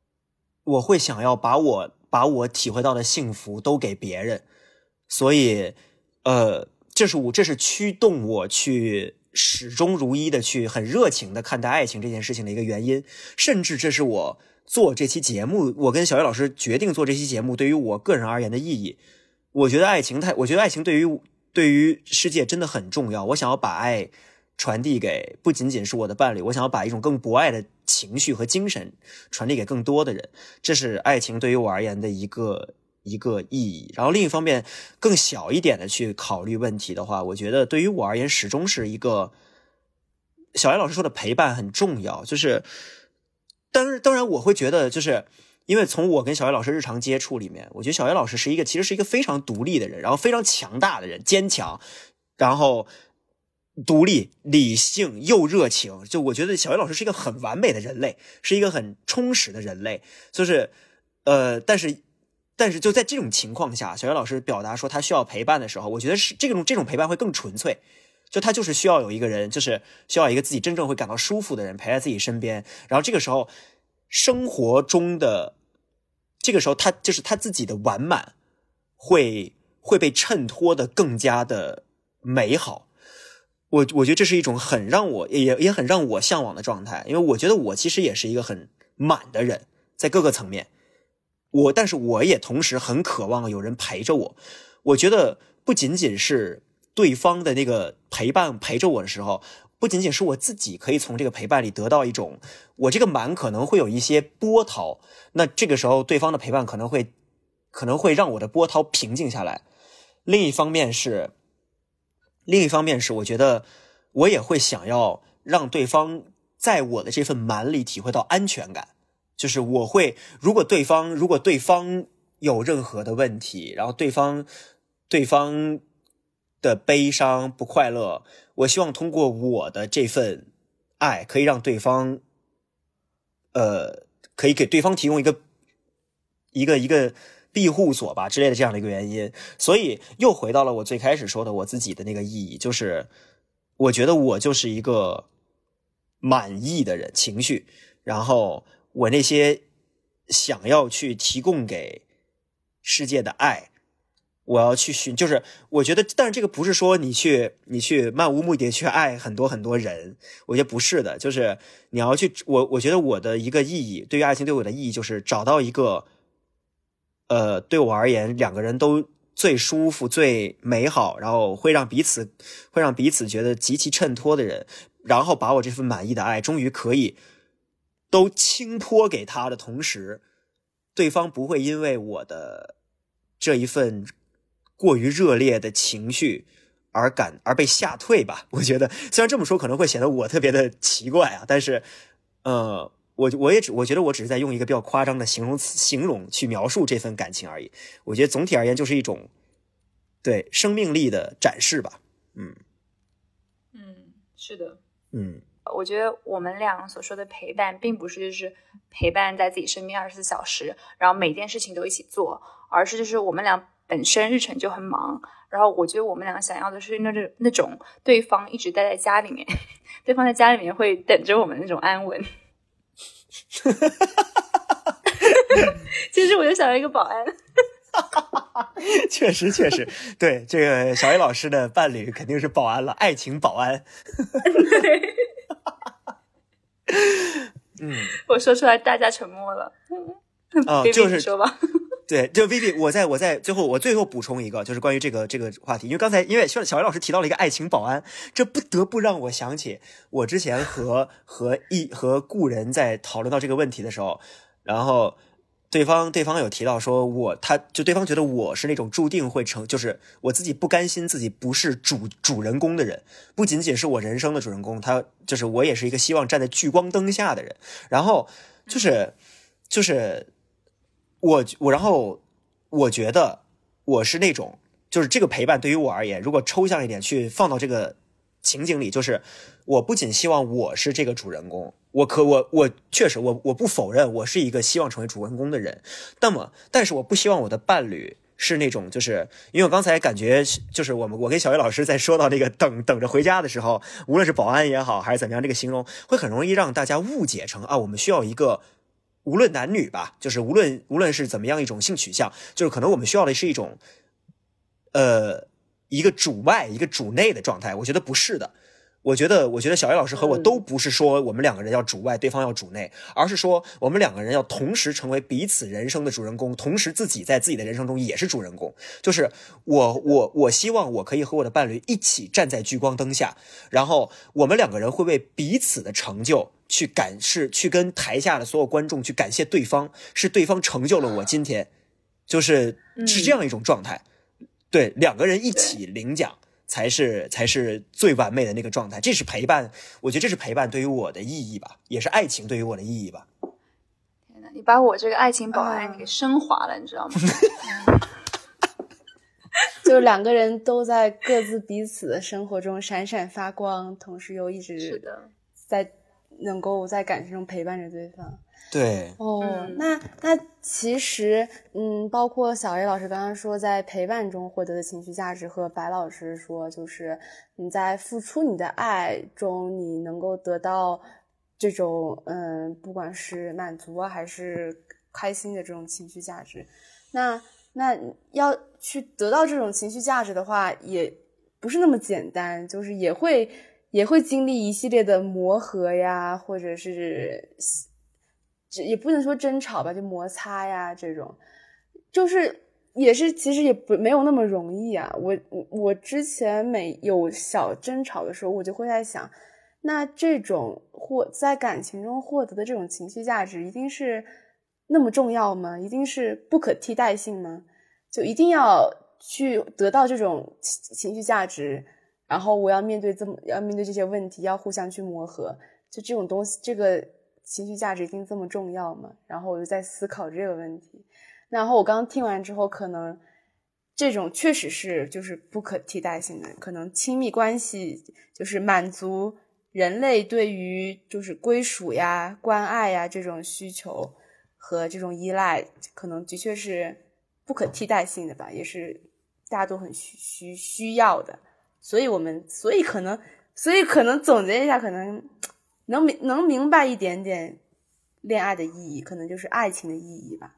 把我体会到的幸福都给别人，所以这是驱动我去始终如一的去很热情的看待爱情这件事情的一个原因，甚至这是我做这期节目，我跟小叶老师决定做这期节目对于我个人而言的意义。我觉得爱情对于世界真的很重要，我想要把爱传递给不仅仅是我的伴侣，我想要把一种更博爱的情绪和精神传递给更多的人，这是爱情对于我而言的一个意义。然后另一方面更小一点的去考虑问题的话，我觉得对于我而言始终是一个小叶老师说的陪伴很重要，就是当然我会觉得，就是因为从我跟小叶老师日常接触里面，我觉得小叶老师其实是一个非常独立的人，然后非常强大的人，坚强，然后独立、理性又热情，就我觉得小叶老师是一个很完美的人类，是一个很充实的人类，就是但是就在这种情况下，小叶老师表达说他需要陪伴的时候，我觉得是这种陪伴会更纯粹，就他就是需要有一个人，就是需要一个自己真正会感到舒服的人陪在自己身边，然后这个时候生活中的这个时候他就是他自己的完满会被衬托的更加的美好。我觉得这是一种很让我也很让我向往的状态，因为我觉得我其实也是一个很满的人，在各个层面，但是我也同时很渴望有人陪着我。我觉得不仅仅是对方的那个陪伴陪着我的时候，不仅仅是我自己可以从这个陪伴里得到一种，我这个满可能会有一些波涛，那这个时候对方的陪伴可能会让我的波涛平静下来。另一方面是我觉得我也会想要让对方在我的这份满里体会到安全感，就是如果对方有任何的问题，然后对方的悲伤不快乐，我希望通过我的这份爱可以让对方可以给对方提供一个庇护所吧之类的这样的一个原因。所以又回到了我最开始说的我自己的那个意义，就是我觉得我就是一个满意的人，情绪，然后我那些想要去提供给世界的爱，我要去就是我觉得，但是这个不是说你去漫无目的去爱很多很多人，我觉得不是的，就是你要去我觉得我的一个意义，对于爱情对我的意义就是找到一个对我而言两个人都最舒服最美好，然后会让彼此觉得极其衬托的人，然后把我这份满意的爱终于可以都倾泼给他的同时，对方不会因为我的这一份过于热烈的情绪而被吓退吧。我觉得虽然这么说可能会显得我特别的奇怪啊，但是我觉得我只是在用一个比较夸张的形容去描述这份感情而已。我觉得总体而言就是一种对生命力的展示吧。 是的。 我觉得我们俩所说的陪伴并不是就是陪伴在自己身边24小时，然后每件事情都一起做，而是就是我们俩本身日程就很忙，然后我觉得我们俩想要的是那种对方一直待在家里面，对方在家里面会等着我们那种安稳。其实我就想要一个保安。 确实对，这个小 A 老师的伴侣肯定是保安了，爱情保安。 对。我说出来大家沉默了。 就是说吧。 对，就 Vivi， 我在最后补充一个，就是关于这个话题，因为小 A 老师提到了一个爱情保安，这不得不让我想起我之前和故人在讨论到这个问题的时候，然后对方有提到说对方觉得我是那种注定会就是我自己不甘心自己不是主人公的人，不仅仅是我人生的主人公，他就是我也是一个希望站在聚光灯下的人。然后就是然后我觉得我是那种，就是这个陪伴对于我而言，如果抽象一点去放到这个情景里，就是我不仅希望我是这个主人公，我确实我不否认我是一个希望成为主人公的人，但是我不希望我的伴侣是那种，就是因为我刚才感觉就是我跟小月老师在说到那个等着回家的时候，无论是保安也好还是怎么样，这个形容会很容易让大家误解成我们需要一个，无论男女吧，就是无论是怎么样一种性取向，就是可能我们需要的是一种一个主外一个主内的状态。我觉得不是的，我觉得小叶老师和我都不是说我们两个人要主外对方要主内，而是说我们两个人要同时成为彼此人生的主人公，同时自己在自己的人生中也是主人公。就是我希望我可以和我的伴侣一起站在聚光灯下，然后我们两个人会为彼此的成就去跟台下的所有观众去感谢对方，是对方成就了我今天，是这样一种状态。对，两个人一起领奖才是最完美的那个状态。这是陪伴，我觉得这是陪伴对于我的意义吧，也是爱情对于我的意义吧。 天哪，你把我这个爱情保安给升华了，你知道吗？ 就两个人都在各自彼此的生活中闪闪发光，同时又一直能够在感情中陪伴着对方。 对那其实包括小 A 老师刚刚说在陪伴中获得的情绪价值，和白老师说就是你在付出你的爱中你能够得到这种不管是满足还是开心的这种情绪价值。那要去得到这种情绪价值的话也不是那么简单，就是也会经历一系列的磨合呀，或者是也不能说争吵吧，就摩擦呀，这种就是其实也没有那么容易啊。我之前有小争吵的时候，我就会在想，那这种在感情中获得的这种情绪价值一定是那么重要吗？一定是不可替代性吗？就一定要去得到这种情绪价值，然后我要面对这些问题，要互相去磨合，就这种东西，这个情绪价值一定这么重要吗？然后我就在思考这个问题。然后我刚刚听完之后，可能这种确实是就是不可替代性的，可能亲密关系就是满足人类对于就是归属呀、关爱呀这种需求和这种依赖，可能的确是不可替代性的吧，也是大家都很需要的。所以可能总结一下，可能能明白一点点恋爱的意义，可能就是爱情的意义吧。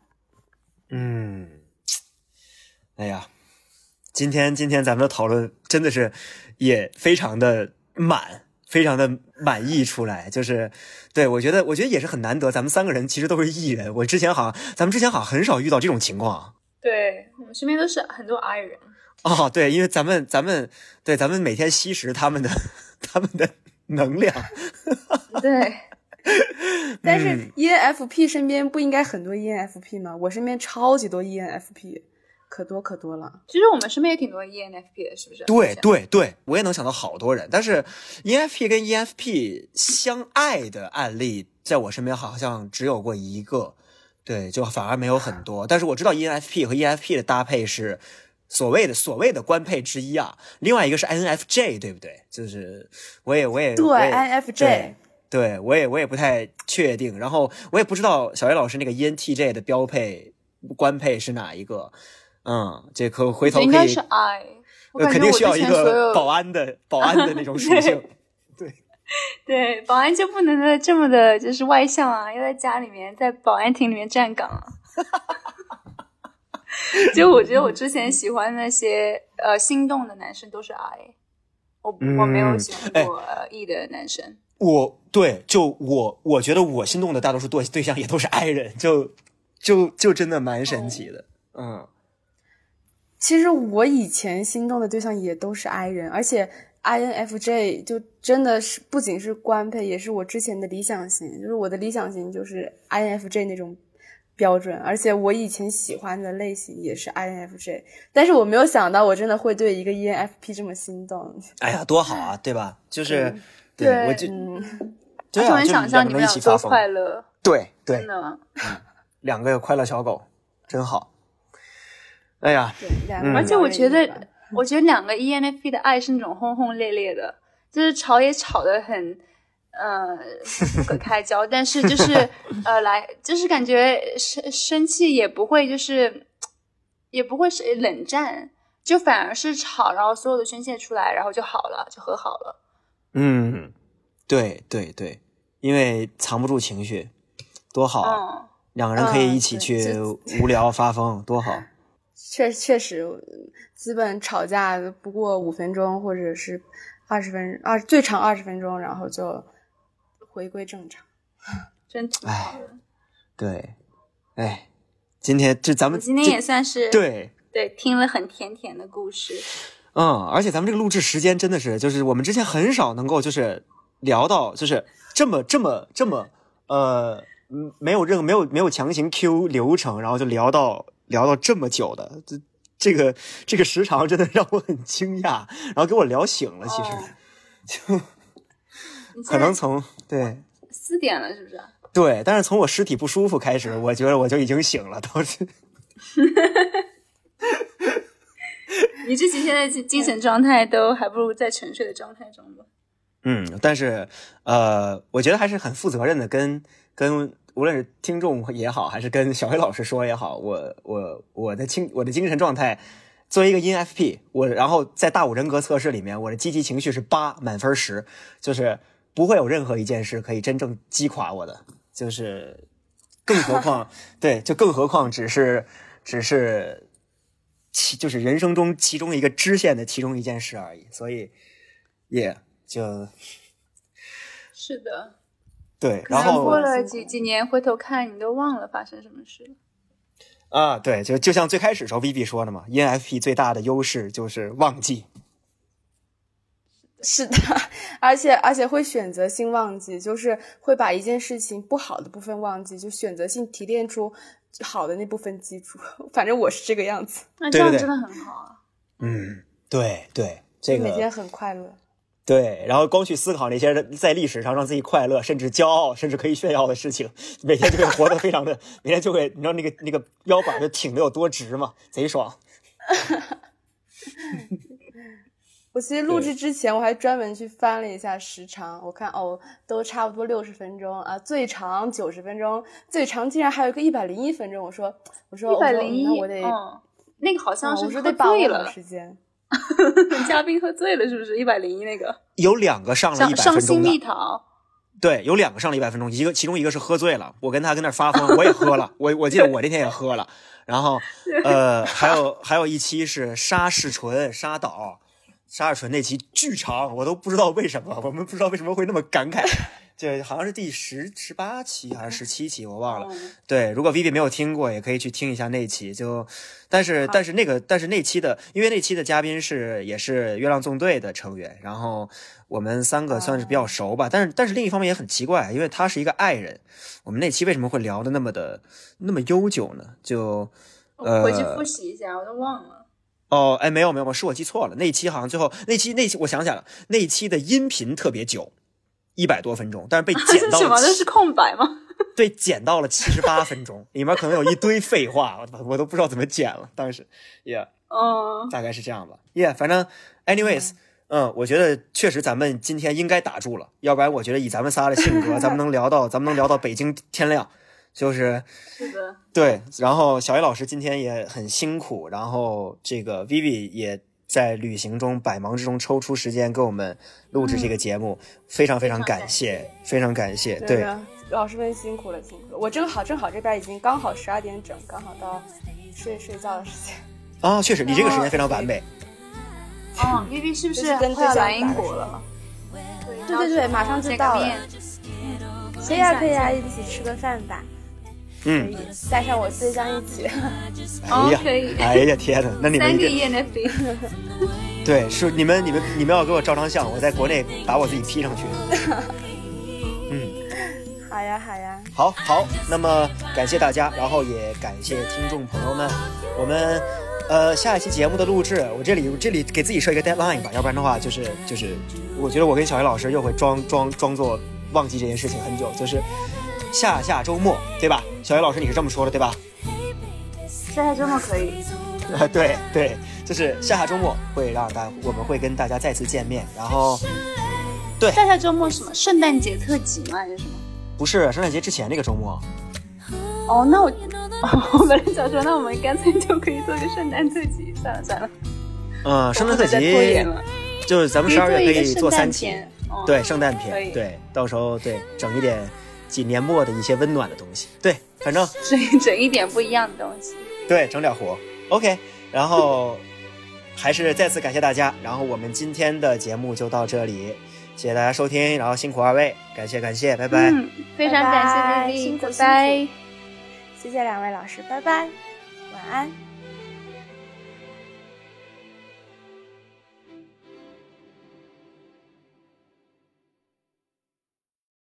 哎呀，今天咱们的讨论真的是也非常的非常的满意出来，就是对，我觉得也是很难得，咱们三个人其实都是艺人，咱们之前好像很少遇到这种情况。 对，我们身边都是很多爱人。 对，因为咱们每天吸食他们的能量。 对。 但是 ENFP 身边不应该很多 ENFP 吗？我身边超级多 ENFP， 可多可多了。 其实我们身边也挺多 ENFP 的，是不是？ 对对对，我也能想到好多人，但是 ENFP 跟 ENFP 相爱的案例在我身边好像只有过一个，对，就反而没有很多。但是我知道 ENFP 和 ENFP 的搭配是所谓的官配之一啊。另外一个是 INFJ， 对不对？就是我也对 INFJ， 对我也不太确定，然后我也不知道小叶老师那个 ENTJ 的标配官配是哪一个。这回头可以， 应该是 I， 肯定需要一个保安的那种属性。 对，保安就不能这么的就是外向啊，要在家里面在保安亭里面站岗啊。就我觉得我之前喜欢那些心动的男生都是 I， 我没有喜欢过E 的男生。 我觉得我心动的大多数对象也都是 I 人，就真的蛮神奇的。 其实我以前心动的对象也都是 I 人，而且 INFJ 就真的是不仅是官配，也是我之前的理想型，就是我的理想型就是 INFJ 那种标准，而且我以前喜欢的类型也是 INFJ， 但是我没有想到我真的会对一个 ENFP 这么心动。 哎呀，多好啊，对吧？就是对， 我就我很想象你们俩多快乐。 对， 真的， 两个快乐小狗，真好。哎呀， 对， 而且我觉得两个 ENFP 的爱是那种轰轰烈烈的，就是吵也吵得很不可开交，但是就是就是感觉生气也不会是冷战，就反而是吵，然后所有的宣泄出来，然后就好了，就和好了。 对对对，因为藏不住情绪，多好。两个人可以一起去无聊发疯，多好。 确实，基本吵架不过5分钟，或者是最长20分钟，然后就回归正常。 真挺好的。 对，今天咱们今天也算是对听了很甜甜的故事。 而且咱们这个录制时间真的是，就是我们之前很少能够就是聊到就是这么没有强行 Q 流程，然后就聊到这么久的，这个时长真的让我很惊讶，然后给我聊醒了。其实就可能从 4点了，是不是？ 对，但是从我尸体不舒服开始，我觉得我就已经醒了，都是。 你这几天的精神状态都还不如在沉睡的状态中吧。 但是我觉得还是很负责任的，跟无论是听众也好，还是跟小黑老师说也好，我的精神状态，作为一个 ENFP， 然后在大5人格测试里面，我的积极情绪是8，满分10，就是不会有任何一件事可以真正击垮我的，就是更何况对，就更何况只是就是人生中其中一个支线的其中一件事而已，所以是的。 对，然后过了几年回头看，你都忘了发生什么事啊？对，就像最开始时候 VB 说的嘛 ，ENFP 最大的优势就是忘记。 是的，而且会选择性忘记，就是会把一件事情不好的部分忘记，就选择性提炼出好的那部分记住。反正我是这个样子。 那这样真的很好啊。 对，这个每天很快乐。 对，然后光去思考那些在历史上让自己快乐甚至骄傲甚至可以炫耀的事情，每天就会活得非常的每天就会你知道那个腰板就挺得有多直嘛，贼爽。 我其实录制之前我还专门去翻了一下时长，我看都差不多60分钟啊，最长90分钟，最长竟然还有一个101分钟。我说 101， 那我得那个好像是我说得把握时间。 嘉宾喝醉了是不是？101那个有2个上了100分钟的。 伤心蜜桃。 对，有2个上了100分钟，其中一个是喝醉了，我跟他跟那发疯，我也喝了，我记得我那天也喝了，然后还有一期是沙士纯沙岛。沙尔纯那期巨长，我都不知道为什么，我们不知道为什么会那么感慨。就好像是第18期还是17期，我忘了。对，如果 Vivi 没有听过，也可以去听一下那期。但是那期的，因为那期的嘉宾也是月亮纵队的成员，然后我们3个算是比较熟吧。但是另一方面也很奇怪，因为他是一个爱人，我们那期为什么会聊的那么悠久呢？ 我回去复习一下，我都忘了。 哦，哎，没有，是我记错了。那一期好像最后那期我想起来了，那一期的音频特别久，100多分钟，但是被剪到了什么？那是空白吗？ 对，剪到了78分钟，里面可能有一堆废话，我都不知道怎么剪了。当时 ，yeah， 大概是这样吧。yeah， 反正 anyways，我觉得确实咱们今天应该打住了，要不然我觉得以咱们仨的性格，咱们能聊到北京天亮。是的， 对。然后小 A 老师今天也很辛苦，然后这个 Vivi 也在旅行中百忙之中抽出时间给我们录制这个节目，非常感谢，非常感谢。对， 老师们辛苦了。我正好这边已经刚好12点整，刚好到睡觉的时间。 啊，确实，你这个时间非常完美。 Vivi 是不是快要来英国了？ 对，马上就到了。可以啊，一起吃个饭吧。可以带上我对象一起。 可以。 哎呀天哪，那你们 3个 ENFP。 对，是你们要给我照张相，我在国内把我自己 P 上去。 好呀。 好，那么感谢大家，然后也感谢听众朋友们。我们下一期节目的录制，我这里给自己设一个 deadline 吧，要不然的话就是我觉得我跟小 A 老师又会装作忘记这件事情很久，就是下周末，对吧？小 A 老师你是这么说的对吧？ 下周末可以。 对，就是下周末我们会跟大家再次见面，然后对。 下周末什么？圣诞节特辑吗？还是什么？ 不是，圣诞节之前那个周末。 那我本来想说，那我们干脆就可以做个圣诞特辑，算了。 圣诞特辑就是咱们12月可以做3期，对，圣诞片，对，到时候对整一点几年末的一些温暖的东西，对，反正整一点不一样的东西， 对，整点活 ，OK， 然后还是再次感谢大家，然后我们今天的节目就到这里。谢谢大家收听，然后辛苦2位，感谢，拜拜。 非常感谢丽丽，拜拜。 谢谢2位老师，拜拜，晚安。